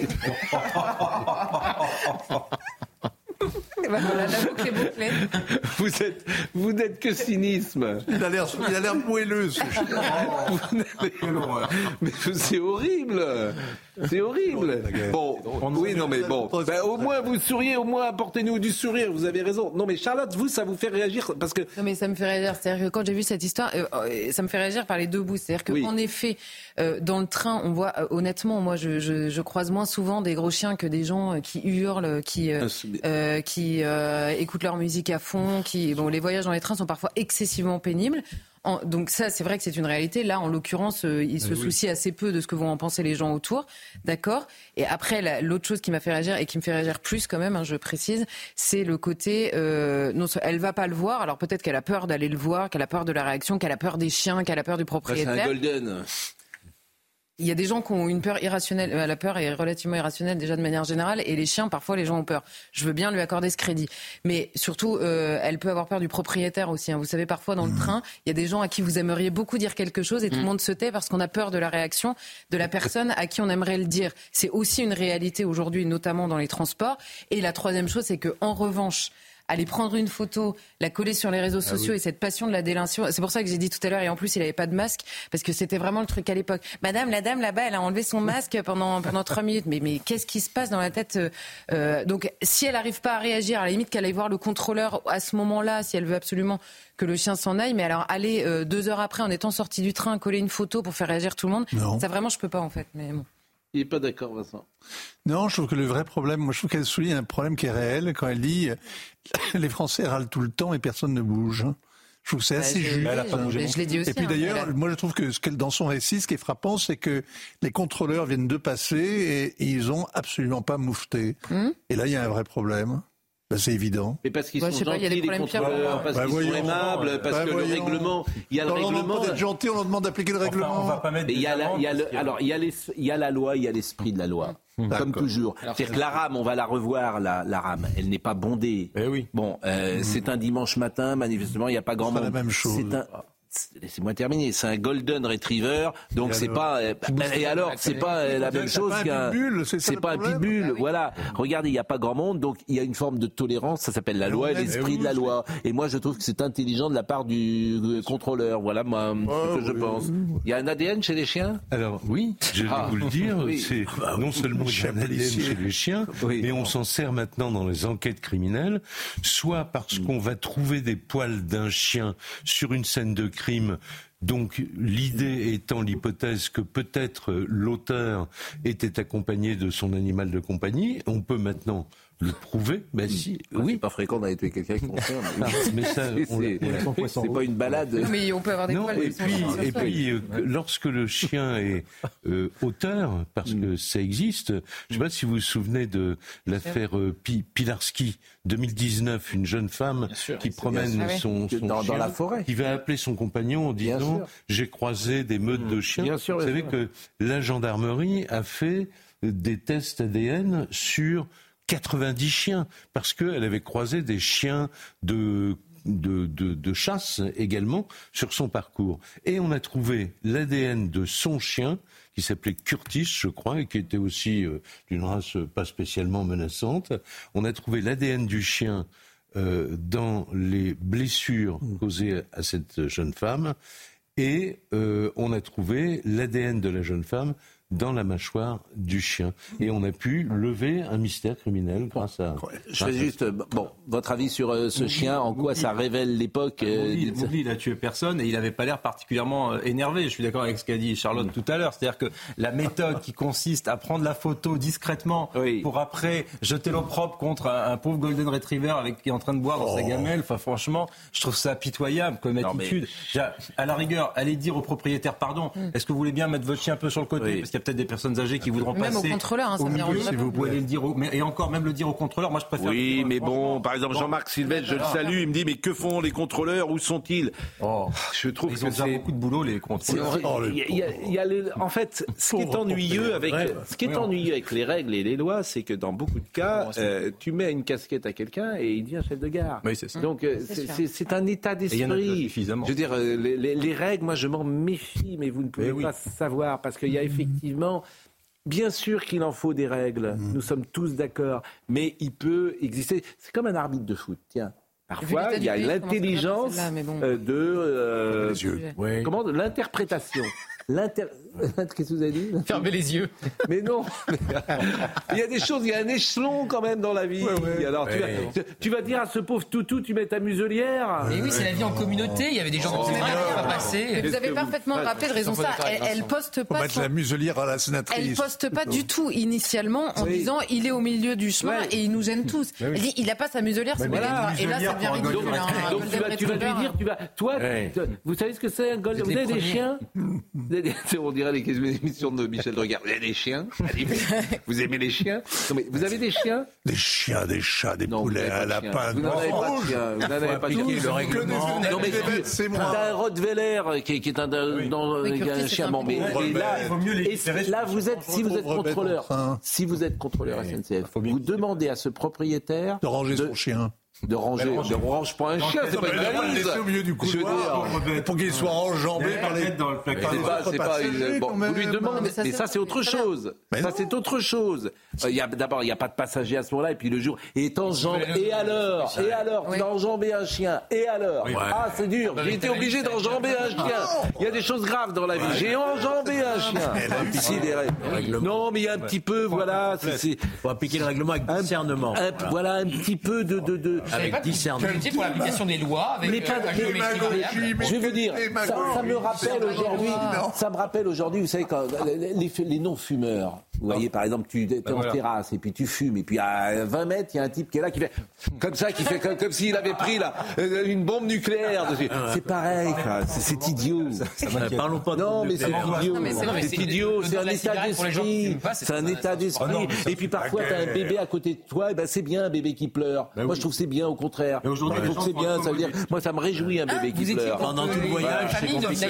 Ben voilà, la boucle est bouclée. Vous êtes, vous n'êtes que cynisme. Il a l'air, il a l'air moelleux, ce chien. Mais c'est horrible. C'est horrible. Bon, oui, non, mais bon. Ben, au moins, vous souriez, au moins, apportez-nous du sourire. Vous avez raison. Non, mais Charlotte, vous, ça vous fait réagir parce que. Non, mais ça me fait réagir. C'est-à-dire que quand j'ai vu cette histoire, euh, ça me fait réagir par les deux bouts. C'est-à-dire qu'en oui. effet, euh, dans le train, on voit, euh, honnêtement, moi, je, je, je croise moins souvent des gros chiens que des gens qui hurlent, qui, euh, euh, qui euh, écoutent leur musique à fond, qui, bon, les voyages dans les trains sont parfois excessivement pénibles. En, donc ça, c'est vrai que c'est une réalité. Là, en l'occurrence, euh, il se oui. soucie assez peu de ce que vont en penser les gens autour. D'accord. Et après, la, l'autre chose qui m'a fait réagir et qui me fait réagir plus quand même, hein, je précise, c'est le côté... Euh, non, elle va pas le voir. Alors peut-être qu'elle a peur d'aller le voir, qu'elle a peur de la réaction, qu'elle a peur des chiens, qu'elle a peur du propriétaire. Bah, c'est un golden. Il y a des gens qui ont une peur irrationnelle. La peur est relativement irrationnelle déjà de manière générale. Et les chiens, parfois, les gens ont peur. Je veux bien lui accorder ce crédit. Mais surtout, euh, elle peut avoir peur du propriétaire aussi. Hein. Vous savez, parfois, dans le train, il y a des gens à qui vous aimeriez beaucoup dire quelque chose et tout le monde se tait parce qu'on a peur de la réaction de la personne à qui on aimerait le dire. C'est aussi une réalité aujourd'hui, notamment dans les transports. Et la troisième chose, c'est que, en revanche, aller prendre une photo, la coller sur les réseaux sociaux ah oui. et cette passion de la délinquance. C'est pour ça que j'ai dit tout à l'heure, et en plus il n'avait pas de masque, parce que c'était vraiment le truc à l'époque. Madame, la dame là-bas, elle a enlevé son masque pendant pendant trois minutes. Mais mais qu'est-ce qui se passe dans la tête euh, Donc si elle n'arrive pas à réagir, à la limite qu'elle aille voir le contrôleur à ce moment-là, si elle veut absolument que le chien s'en aille. Mais alors aller euh, deux heures après, en étant sorti du train, coller une photo pour faire réagir tout le monde, non. ça vraiment je peux pas en fait. Mais bon. Il n'est pas d'accord, Vincent. Non, je trouve que le vrai problème, moi je trouve qu'elle souligne un problème qui est réel quand elle dit les Français râlent tout le temps et personne ne bouge. Je trouve que c'est assez juste. Je, je l'ai dit aussi. Et puis d'ailleurs, hein, moi je trouve que ce qu'elle, dans son récit, ce qui est frappant, c'est que les contrôleurs viennent de passer et, et ils ont absolument pas moufté. Hum et là, il y a un vrai problème. Ben, c'est évident. Mais parce qu'ils ouais, sont gentils, les contrôleurs, parce bah, qu'ils voyons, sont aimables, parce bah, que voyons. le règlement, il y a le on règlement. On leur demande d'être gentil, on leur demande d'appliquer le règlement. Enfin, on va pas mettre il y a la, il y a le, alors il y a, les, il y a la loi, il y a l'esprit de la loi. Mmh. Comme toujours. Alors, c'est-à-dire que la rame, on va la revoir, la, la rame. Elle n'est pas bondée. Eh oui. Bon, euh, mmh. c'est un dimanche matin, manifestement, il n'y a pas grand monde. C'est la même chose. C'est un... Laissez-moi terminer. C'est un golden retriever, donc et c'est alors, pas. Euh, et alors, c'est pas la même chose qu'un. C'est, c'est pas un pitbull. Ah oui. Voilà. Regardez, il n'y a pas grand monde, donc il y a une forme de tolérance. Ça s'appelle la loi et l'esprit de la loi. Et moi, je trouve que c'est intelligent de la part du contrôleur. Voilà, moi, ce que je pense. Il y a un A D N chez les chiens ? Alors oui, je vais ah. vous le dire. Oui. C'est non seulement il y a un A D N chez les chiens, oui. mais on s'en sert maintenant dans les enquêtes criminelles, soit parce qu'on va trouver des poils d'un chien sur une scène de crime. Donc l'idée étant l'hypothèse que peut-être l'auteur était accompagné de son animal de compagnie, on peut maintenant le prouver. Ben si, ouais, oui. C'est pas fréquent d'aller tuer quelqu'un qui concerne. Mais ça, c'est, on c'est, c'est, c'est pas une balade. Mais on peut avoir des non, poils. Et puis, et puis euh, lorsque le chien est euh, auteur, parce que ça existe, je sais pas si vous vous souvenez de l'affaire euh, Pilarski, deux mille dix-neuf, une jeune femme sûr, qui promène ah son, son dans, chien, dans la forêt, qui va appeler son compagnon en disant j'ai croisé des meutes de chiens. Bien sûr, vous savez sûr. que la gendarmerie a fait des tests A D N sur quatre-vingt-dix chiens, parce qu'elle avait croisé des chiens de, de, de, de chasse également sur son parcours. Et on a trouvé l'A D N de son chien, qui s'appelait Curtis, je crois, et qui était aussi euh, d'une race pas spécialement menaçante. On a trouvé l'A D N du chien euh, dans les blessures causées à cette jeune femme, et euh, on a trouvé l'A D N de la jeune femme dans la mâchoire du chien. Et on a pu lever un mystère criminel grâce à... Je fais juste... Bon, votre avis sur euh, ce chien, en quoi ça révèle l'époque euh, Mowgli, il a tué personne et il n'avait pas l'air particulièrement énervé. Je suis d'accord avec ce qu'a dit Charlotte tout à l'heure. C'est-à-dire que la méthode qui consiste à prendre la photo discrètement oui. pour après jeter l'opprobre contre un, un pauvre Golden Retriever avec, qui est en train de boire dans oh. sa gamelle, enfin, franchement, je trouve ça pitoyable comme non, attitude. Mais... À la rigueur, allez dire au propriétaire, pardon, mm. est-ce que vous voulez bien mettre votre chien un peu sur le côté oui. parce qu'il y a peut-être des personnes âgées qui voudront même passer. Même au contrôleur, hein, ça au me dérange milieu, pas. vous pouvez le dire au, mais, et encore même le dire au contrôleur. Moi, je préfère. Oui, dire, mais bon, par exemple, Jean-Marc Sylvestre, je le salue, il me dit mais que font les contrôleurs, où sont-ils? Oh, je trouve ils que ont déjà c'est beaucoup de boulot les contrôleurs. Oh, il y a, il y a, il y a les, en fait, ce qui est ennuyeux avec, ce qui est ennuyeux avec les règles et les lois, c'est que dans beaucoup de cas, euh, tu mets une casquette à quelqu'un et il devient chef de gare. Oui, c'est ça. Donc euh, c'est, c'est, c'est un état d'esprit. Je veux dire, euh, les, les, les règles, moi je m'en méfie, mais vous ne pouvez oui. pas savoir parce qu'il y a effectivement. Bien sûr qu'il en faut des règles, mmh. nous sommes tous d'accord, mais il peut exister. C'est comme un arbitre de foot, tiens. Parfois, il y a l'intelligence là, bon. euh, de, euh, les yeux. Oui. Comment, de l'interprétation. L'inter... Qu'est-ce que vous avez dit? Fermez les yeux. Mais non. Il y a des choses, il y a un échelon quand même dans la vie. Ouais, ouais. Alors, ouais, tu, vas, tu, tu vas dire à ce pauvre toutou, tu mets ta muselière. Mais oui, c'est la vie en communauté. Il y avait des gens qui ne pouvaient pas passer. Vous avez parfaitement vous... rappelé de raison ça. Elle, elle poste pas. Faut mettre son... la muselière à la sénatrice. Elle poste pas du tout initialement en oui. disant il est au milieu du chemin ouais. et il nous gêne tous. Oui. Elle dit il a pas sa muselière, c'est voilà. Et là, ça devient ridicule. Donc tu vas lui dire, tu vas, toi, vous savez ce que c'est un golden? Vous avez des chiens? On dirait les émissions de Michel Drucker. Vous avez des chiens? Allez, vous aimez les chiens? Non, mais vous avez des chiens? Des chiens, des chats, des non, poulets, un lapin. Vous n'en avez pas de chiens. Vous n'en avez pas de chiens. Le règlement. Non, mais c'est moi. T'as un Rottweiler qui, qui est un, oui. dans, oui, un chien. Bon, mais et là, et là, vous êtes, si vous êtes contrôleur, si vous êtes contrôleur S N C F, vous demandez à ce propriétaire de ranger son chien. De ranger, de range pas un chien, c'est pas une valise. Au milieu du couloir, pour qu'il soit enjambé par les. C'est pas, c'est pas une. Bon, vous lui demandez, mais ça c'est autre chose. Ça c'est autre chose. Il y a d'abord, il y a pas de passager à ce moment-là, et puis le jour est enjambé. Et alors, et alors, tu as enjambé un chien. Et alors, ah c'est dur. J'ai été obligé d'enjamber un chien. Il y a des choses graves dans la vie. J'ai enjambé un chien. Ici des règles. Non, mais il y a un petit peu, voilà. Il faut appliquer le règlement avec discernement. Voilà, un petit peu de de avec discernement. Pour l'application des lois, avec mais pas, euh, mais, je vais vous dire, ça, ça me rappelle aujourd'hui, ça me rappelle aujourd'hui, vous savez, quand les, les non-fumeurs, vous voyez, par exemple, tu es en terrasse et puis tu fumes, et puis à vingt mètres, il y a un type qui est là, qui fait comme ça, qui fait comme, comme s'il avait pris là, une bombe nucléaire dessus. C'est pareil, c'est, c'est idiot. Parlons pas de non, mais c'est idiot. C'est idiot, c'est un état d'esprit. C'est un état d'esprit. Et puis parfois, tu as un bébé à côté de toi, et ben c'est bien un bébé qui pleure. Moi, je trouve que c'est bien, au contraire. Je trouve que c'est bien, ça veut dire, moi, ça me réjouit un bébé qui pleure. Pendant tout le voyage, c'est compliqué.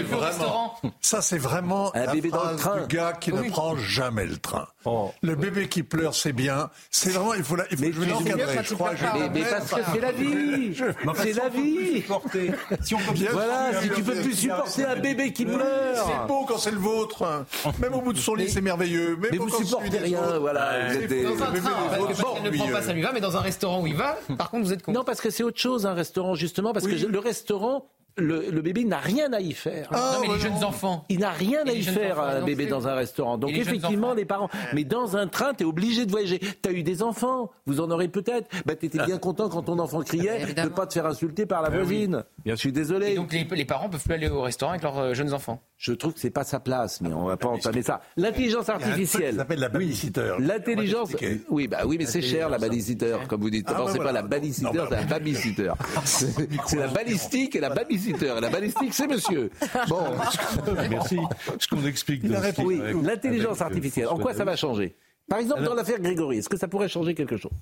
Ça, c'est vraiment un bébé dans le train. Du gars qui ne prend jamais le train. Oh. Le bébé qui pleure, c'est bien. C'est vraiment, il faut, la, il faut mais l'encadrer. Je crois, je mais, mais parce que c'est la vie. C'est la vie. Si on peut bien voilà, si tu peux plus supporter un bébé qui pleure. C'est beau quand c'est le vôtre. Même au bout de son lit, c'est merveilleux. Mais vous supportez rien, voilà. Dans un train, ne prend pas, ça lui va, mais dans un restaurant où il va, par contre, vous êtes con. Non, parce que c'est autre chose, un restaurant, justement, parce que le restaurant. Le, le bébé n'a rien à y faire. Ah, non, mais les jeunes enfants. Il n'a rien à y faire, un bébé dans un restaurant. Donc, effectivement, les parents. Mais dans un train, t'es obligé de voyager. T'as eu des enfants. Vous en aurez peut-être. Bah, t'étais bien content quand ton enfant criait de ne pas te faire insulter par la voisine. Oui. Je suis désolé. Et donc, les, les parents peuvent plus aller au restaurant avec leurs euh, jeunes enfants. Je trouve que c'est pas sa place, mais on va pas entamer ça. L'intelligence artificielle. Ça s'appelle la babysitter. L'intelligence. Oui, bah oui, mais c'est cher, la babysitter, comme vous dites. Non, c'est pas la babysitter, c'est la babysitter. C'est la balistique et la babysitter. La balistique, c'est monsieur. Bon. Merci. Ce qu'on explique. Oui, l'intelligence artificielle. En quoi ça va changer? Par exemple, dans l'affaire Grégory, est-ce que ça pourrait changer quelque chose?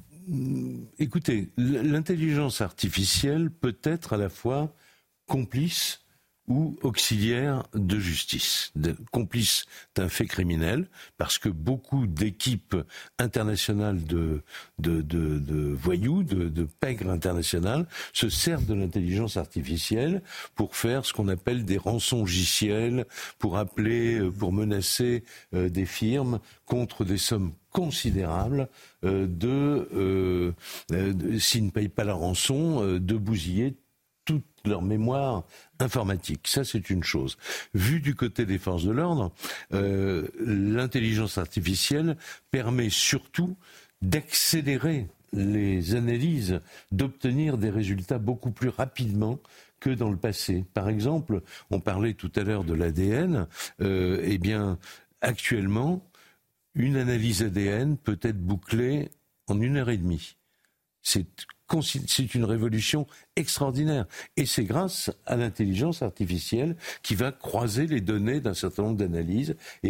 Écoutez, l'intelligence artificielle peut être à la fois complice ou auxiliaire de justice, de, complice d'un fait criminel, parce que beaucoup d'équipes internationales de, de, de, de voyous, de, de pègres internationales, se servent de l'intelligence artificielle pour faire ce qu'on appelle des rançongiciels, pour appeler, pour menacer euh, des firmes contre des sommes considérables euh, de, euh, de, s'ils ne payent pas la rançon, euh, de bousiller toute leur mémoire informatique. Ça, c'est une chose. Vu du côté des forces de l'ordre, euh, l'intelligence artificielle permet surtout d'accélérer les analyses, d'obtenir des résultats beaucoup plus rapidement que dans le passé. Par exemple, on parlait tout à l'heure de l'A D N. Euh, eh bien, actuellement, une analyse A D N peut être bouclée en une heure et demie. C'est C'est une révolution extraordinaire. Et c'est grâce à l'intelligence artificielle qui va croiser les données d'un certain nombre d'analyses et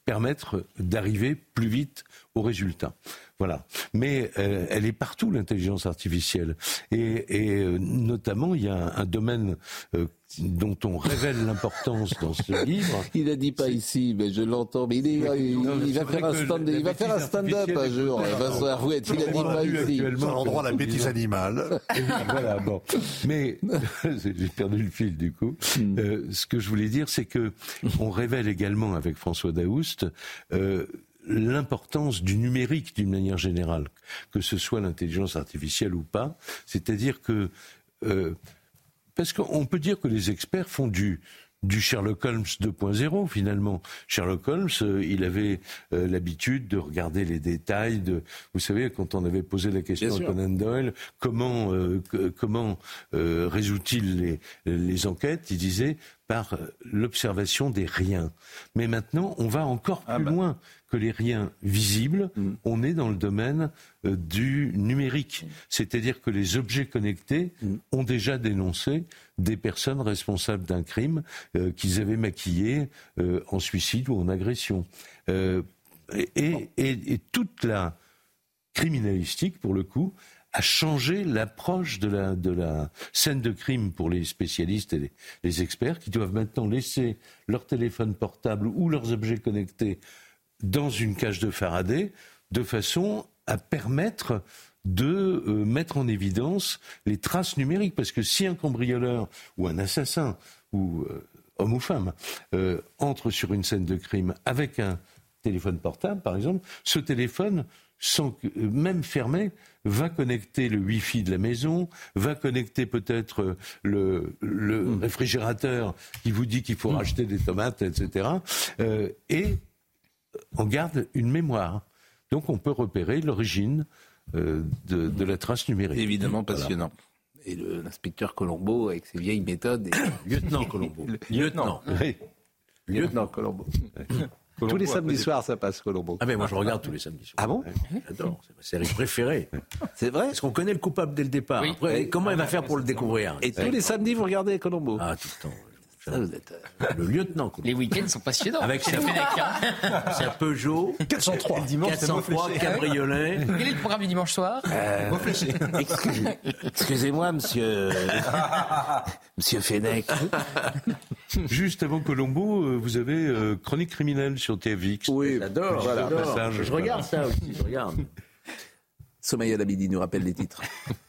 permettre d'arriver plus vite au résultat. Voilà. Mais euh, elle est partout, l'intelligence artificielle. Et, et euh, notamment, il y a un, un domaine euh, dont on révèle l'importance dans ce livre. Il n'a dit pas ici, mais je l'entends. Mais il, est, il, non, mais il va faire un stand, il va faire un stand-up un jour. Vincent Herouette, il n'a dit pas ici. C'est l'endroit de la bêtise animale. Voilà, bon. Mais j'ai perdu le fil du coup. Mm. Euh, ce que je voulais dire, c'est que on révèle également avec François Daoust euh, l'importance du numérique d'une manière générale, que ce soit l'intelligence artificielle ou pas. C'est-à-dire que euh, parce qu'on peut dire que les experts font du du Sherlock Holmes deux point zéro finalement. Sherlock Holmes, euh, il avait euh, l'habitude de regarder les détails de, vous savez, quand on avait posé la question à Conan Doyle, comment euh, que, comment euh, résout-il les, les enquêtes, il disait par l'observation des riens. Mais maintenant, on va encore plus ah bah. loin que les riens visibles. Mm. On est dans le domaine euh, du numérique. Mm. C'est-à-dire que les objets connectés mm. ont déjà dénoncé des personnes responsables d'un crime euh, qu'ils avaient maquillé euh, en suicide ou en agression. Euh, et, et, et, et toute la criminalistique, pour le coup, a changé l'approche de la, de la scène de crime pour les spécialistes et les, les experts qui doivent maintenant laisser leur téléphone portable ou leurs objets connectés dans une cage de Faraday de façon à permettre de euh, mettre en évidence les traces numériques. Parce que si un cambrioleur ou un assassin, ou euh, homme ou femme, euh, entre sur une scène de crime avec un téléphone portable, par exemple, ce téléphone, sans que, même fermé, va connecter le Wi-Fi de la maison, va connecter peut-être le, le mmh. réfrigérateur qui vous dit qu'il faut mmh. racheter des tomates, et cetera. Euh, et on garde une mémoire. Donc on peut repérer l'origine euh, de, de la trace numérique. Évidemment passionnant. Voilà. Et le, l'inspecteur Colombo avec ses vieilles méthodes. Et... Lieutenant Colombo. Le, lieutenant. Oui. Lieutenant Colombo. Colombo. Tous les samedis soirs, ça passe, Colombo. Ah ben moi je regarde tous les samedis soirs. Ah bon? J'adore, c'est ma série préférée. C'est vrai? Parce qu'on connaît le coupable dès le départ. Oui. Après, comment il va faire pour le découvrir? Et tous les samedis, vous regardez Colombo? Ah, tout le temps. Ça, vous êtes le lieutenant. Colombo. Les week-ends sont passionnants. Avec sa c'est un Peugeot quatre cent trois, quatre cent trois cabriolet. Quel est le programme du dimanche soir? euh, excusez, excusez-moi, monsieur, monsieur Fenech. Juste avant Colombo, vous avez euh, Chronique criminelle sur T F X. Oui, j'adore. Voilà, passage, je regarde ça aussi. Je regarde. Sommeil à la midi nous rappelle les titres.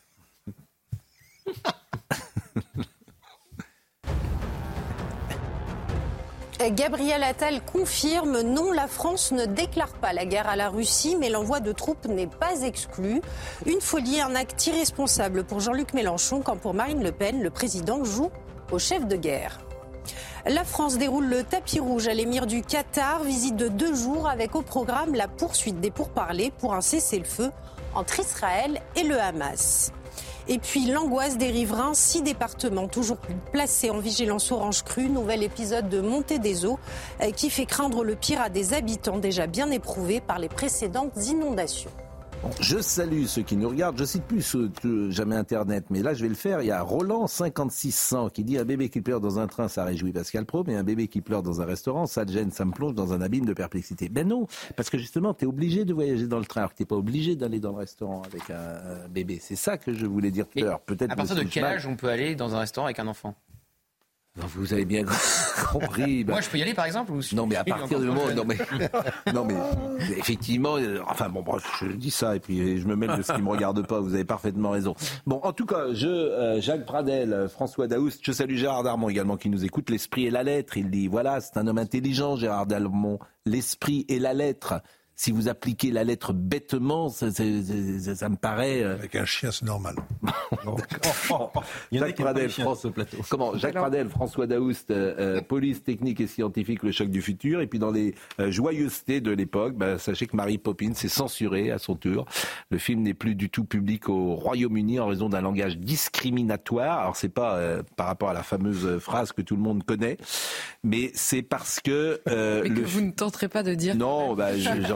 Gabriel Attal confirme, non, la France ne déclare pas la guerre à la Russie, mais l'envoi de troupes n'est pas exclu. Une folie, un acte irresponsable pour Jean-Luc Mélenchon, quand pour Marine Le Pen, le président joue au chef de guerre. La France déroule le tapis rouge à l'émir du Qatar, visite de deux jours avec au programme la poursuite des pourparlers pour un cessez-le-feu entre Israël et le Hamas. Et puis l'angoisse des riverains, six départements toujours placés en vigilance orange crue. Nouvel épisode de montée des eaux qui fait craindre le pire à des habitants déjà bien éprouvés par les précédentes inondations. Bon, je salue ceux qui nous regardent. Je cite plus euh, jamais Internet, mais là je vais le faire. Il y a Roland cinquante-six cents qui dit: un bébé qui pleure dans un train, ça réjouit Pascal Pro, mais un bébé qui pleure dans un restaurant, ça te gêne, ça me plonge dans un abîme de perplexité. Ben non, parce que justement, tu es obligé de voyager dans le train, alors que tu n'es pas obligé d'aller dans le restaurant avec un, un bébé. C'est ça que je voulais dire tout à l'heure. Peut-être à partir de quel âge on peut aller dans un restaurant avec un enfant? Vous avez bien compris. Bah... Moi, je peux y aller, par exemple ou... Non, mais à partir du moment... Non, mais, non, mais effectivement... Enfin, bon, bref, je dis ça, et puis je me mêle de ce qui ne me regarde pas. Vous avez parfaitement raison. Bon, en tout cas, je, euh, Jacques Pradel, François Daoust, je salue Gérard Darmon également, qui nous écoute. L'esprit et la lettre. Il dit, voilà, c'est un homme intelligent, Gérard Darmon. L'esprit et la lettre. Si vous appliquez la lettre bêtement, ça, ça, ça, ça me paraît... Euh... Avec un chien, c'est normal. Jacques Pradel, France au plateau. Comment Jacques Pradel, François Daoust, euh, police technique et scientifique, le choc du futur. Et puis dans les euh, joyeusetés de l'époque, bah, sachez que Mary Poppins s'est censurée à son tour. Le film n'est plus du tout public au Royaume-Uni en raison d'un langage discriminatoire. Alors c'est pas euh, par rapport à la fameuse phrase que tout le monde connaît, mais c'est parce que... Euh, mais que le... vous ne tenterez pas de dire... Non, bah, je, j'en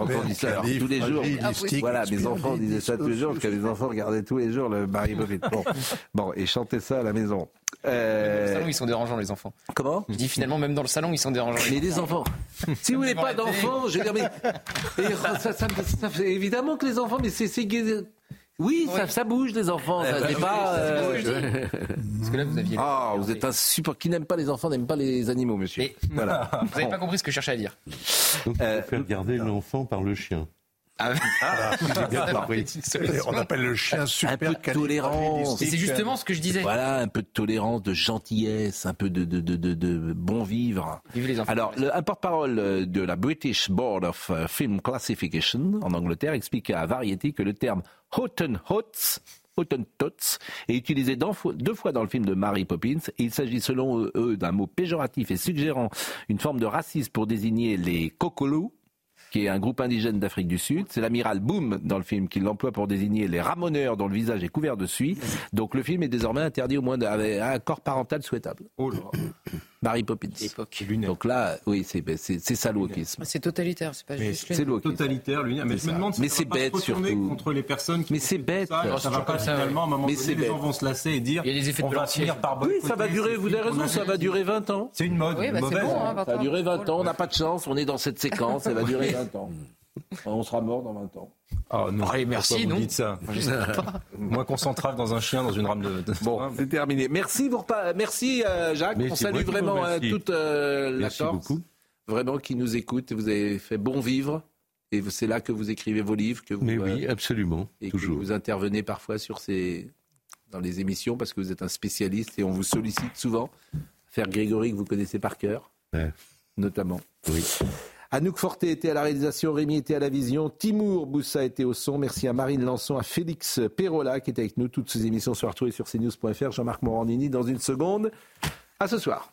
enfants disent ça alors, tous les jours. Voilà, mes enfants disaient ça tous les jours, parce que les enfants regardaient tous les jours le Mary Poppins. Bon, bon et chantaient ça à la maison. Euh... Dans le salon, ils sont dérangeants, les enfants. Comment ? Je dis finalement, même dans le salon, ils sont dérangeants. Mais les enfants. Si vous n'avez pas d'enfants, je veux dire, mais. Et ça, ça, ça, ça, évidemment que les enfants, mais c'est. c'est... Oui, oui. Ça, ça bouge les enfants. Ça, c'est pas. Euh... Parce que là, vous aviez. Ah, vous êtes un super. Qui n'aime pas les enfants n'aime pas les animaux, monsieur. Mais... Voilà. Vous n'avez pas compris ce que je cherchais à dire. Donc, il faut faire garder l'enfant par le chien. Ah, ah j'ai bien compris. On appelle le chien super. Un peu de tolérance. Et c'est justement ce que je disais. Voilà, un peu de tolérance, de gentillesse, un peu de, de, de, de, de bon vivre. Vive les enfants. Alors, le, un porte-parole de la British Board of Film Classification en Angleterre explique à Variety que le terme Hottentots Hottentots est utilisé deux fois dans le film de Mary Poppins. Et il s'agit selon eux d'un mot péjoratif et suggérant une forme de racisme pour désigner les Kokolous, qui est un groupe indigène d'Afrique du Sud. C'est l'amiral Boom dans le film qui l'emploie pour désigner les ramoneurs dont le visage est couvert de suie. Donc le film est désormais interdit au moins avec un accord parental souhaitable. Oh là. Mary Poppins. Époque. Donc là, oui, c'est, c'est, c'est ça le wokisme. C'est totalitaire, c'est pas mais juste. C'est le totalitaire, lui. Mais je me demande si mais ça c'est va pas bête se retourner surtout. contre les personnes qui mais c'est bête. Ça, ça va pas finalement, à un moment mais donné, les gens vont se lasser et dire. Il y a des effets on de va finir par boycotter. Oui, ça va durer. Vous avez raison, ça va durer vingt ans. C'est une mode, oui, bah mauvaise. C'est bon, hein, ça va durer vingt ans. On n'a pas de chance. On est dans cette séquence. Ça va durer vingt ans. On sera mort dans vingt ans. Oh non, allez, merci, vous non dites ça. Moins qu'on s'entrave dans un chien, dans une rame de... de... Bon, c'est terminé. Merci, pour pas... merci euh, Jacques. Mais on salue vraiment euh, toute euh, la merci Corse. Beaucoup. Vraiment qui nous écoute. Vous avez fait bon vivre. Et c'est là que vous écrivez vos livres. Que vous, Mais oui, euh, absolument. Et toujours. que vous intervenez parfois sur ces... dans les émissions parce que vous êtes un spécialiste et on vous sollicite souvent. Faire Grégory que vous connaissez par cœur, ouais. Notamment. Oui. Anouk Forté était à la réalisation, Rémi était à la vision, Timour Boussa était au son. Merci à Marine Lançon, à Félix Perrola qui était avec nous. Toutes ces émissions sont retrouvées sur c news point f r. Jean-Marc Morandini dans une seconde. À ce soir.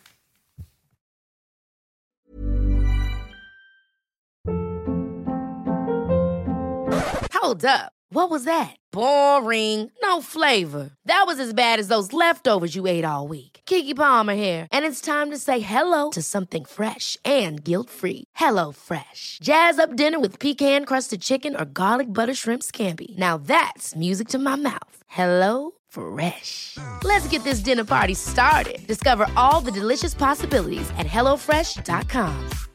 Hold up. What was that? Boring. No flavor. That was as bad as those leftovers you ate all week. Keke Palmer here, and it's time to say hello to something fresh and guilt-free. Hello Fresh. Jazz up dinner with pecan-crusted chicken or garlic butter shrimp scampi. Now that's music to my mouth. Hello Fresh. Let's get this dinner party started. Discover all the delicious possibilities at hello fresh dot com.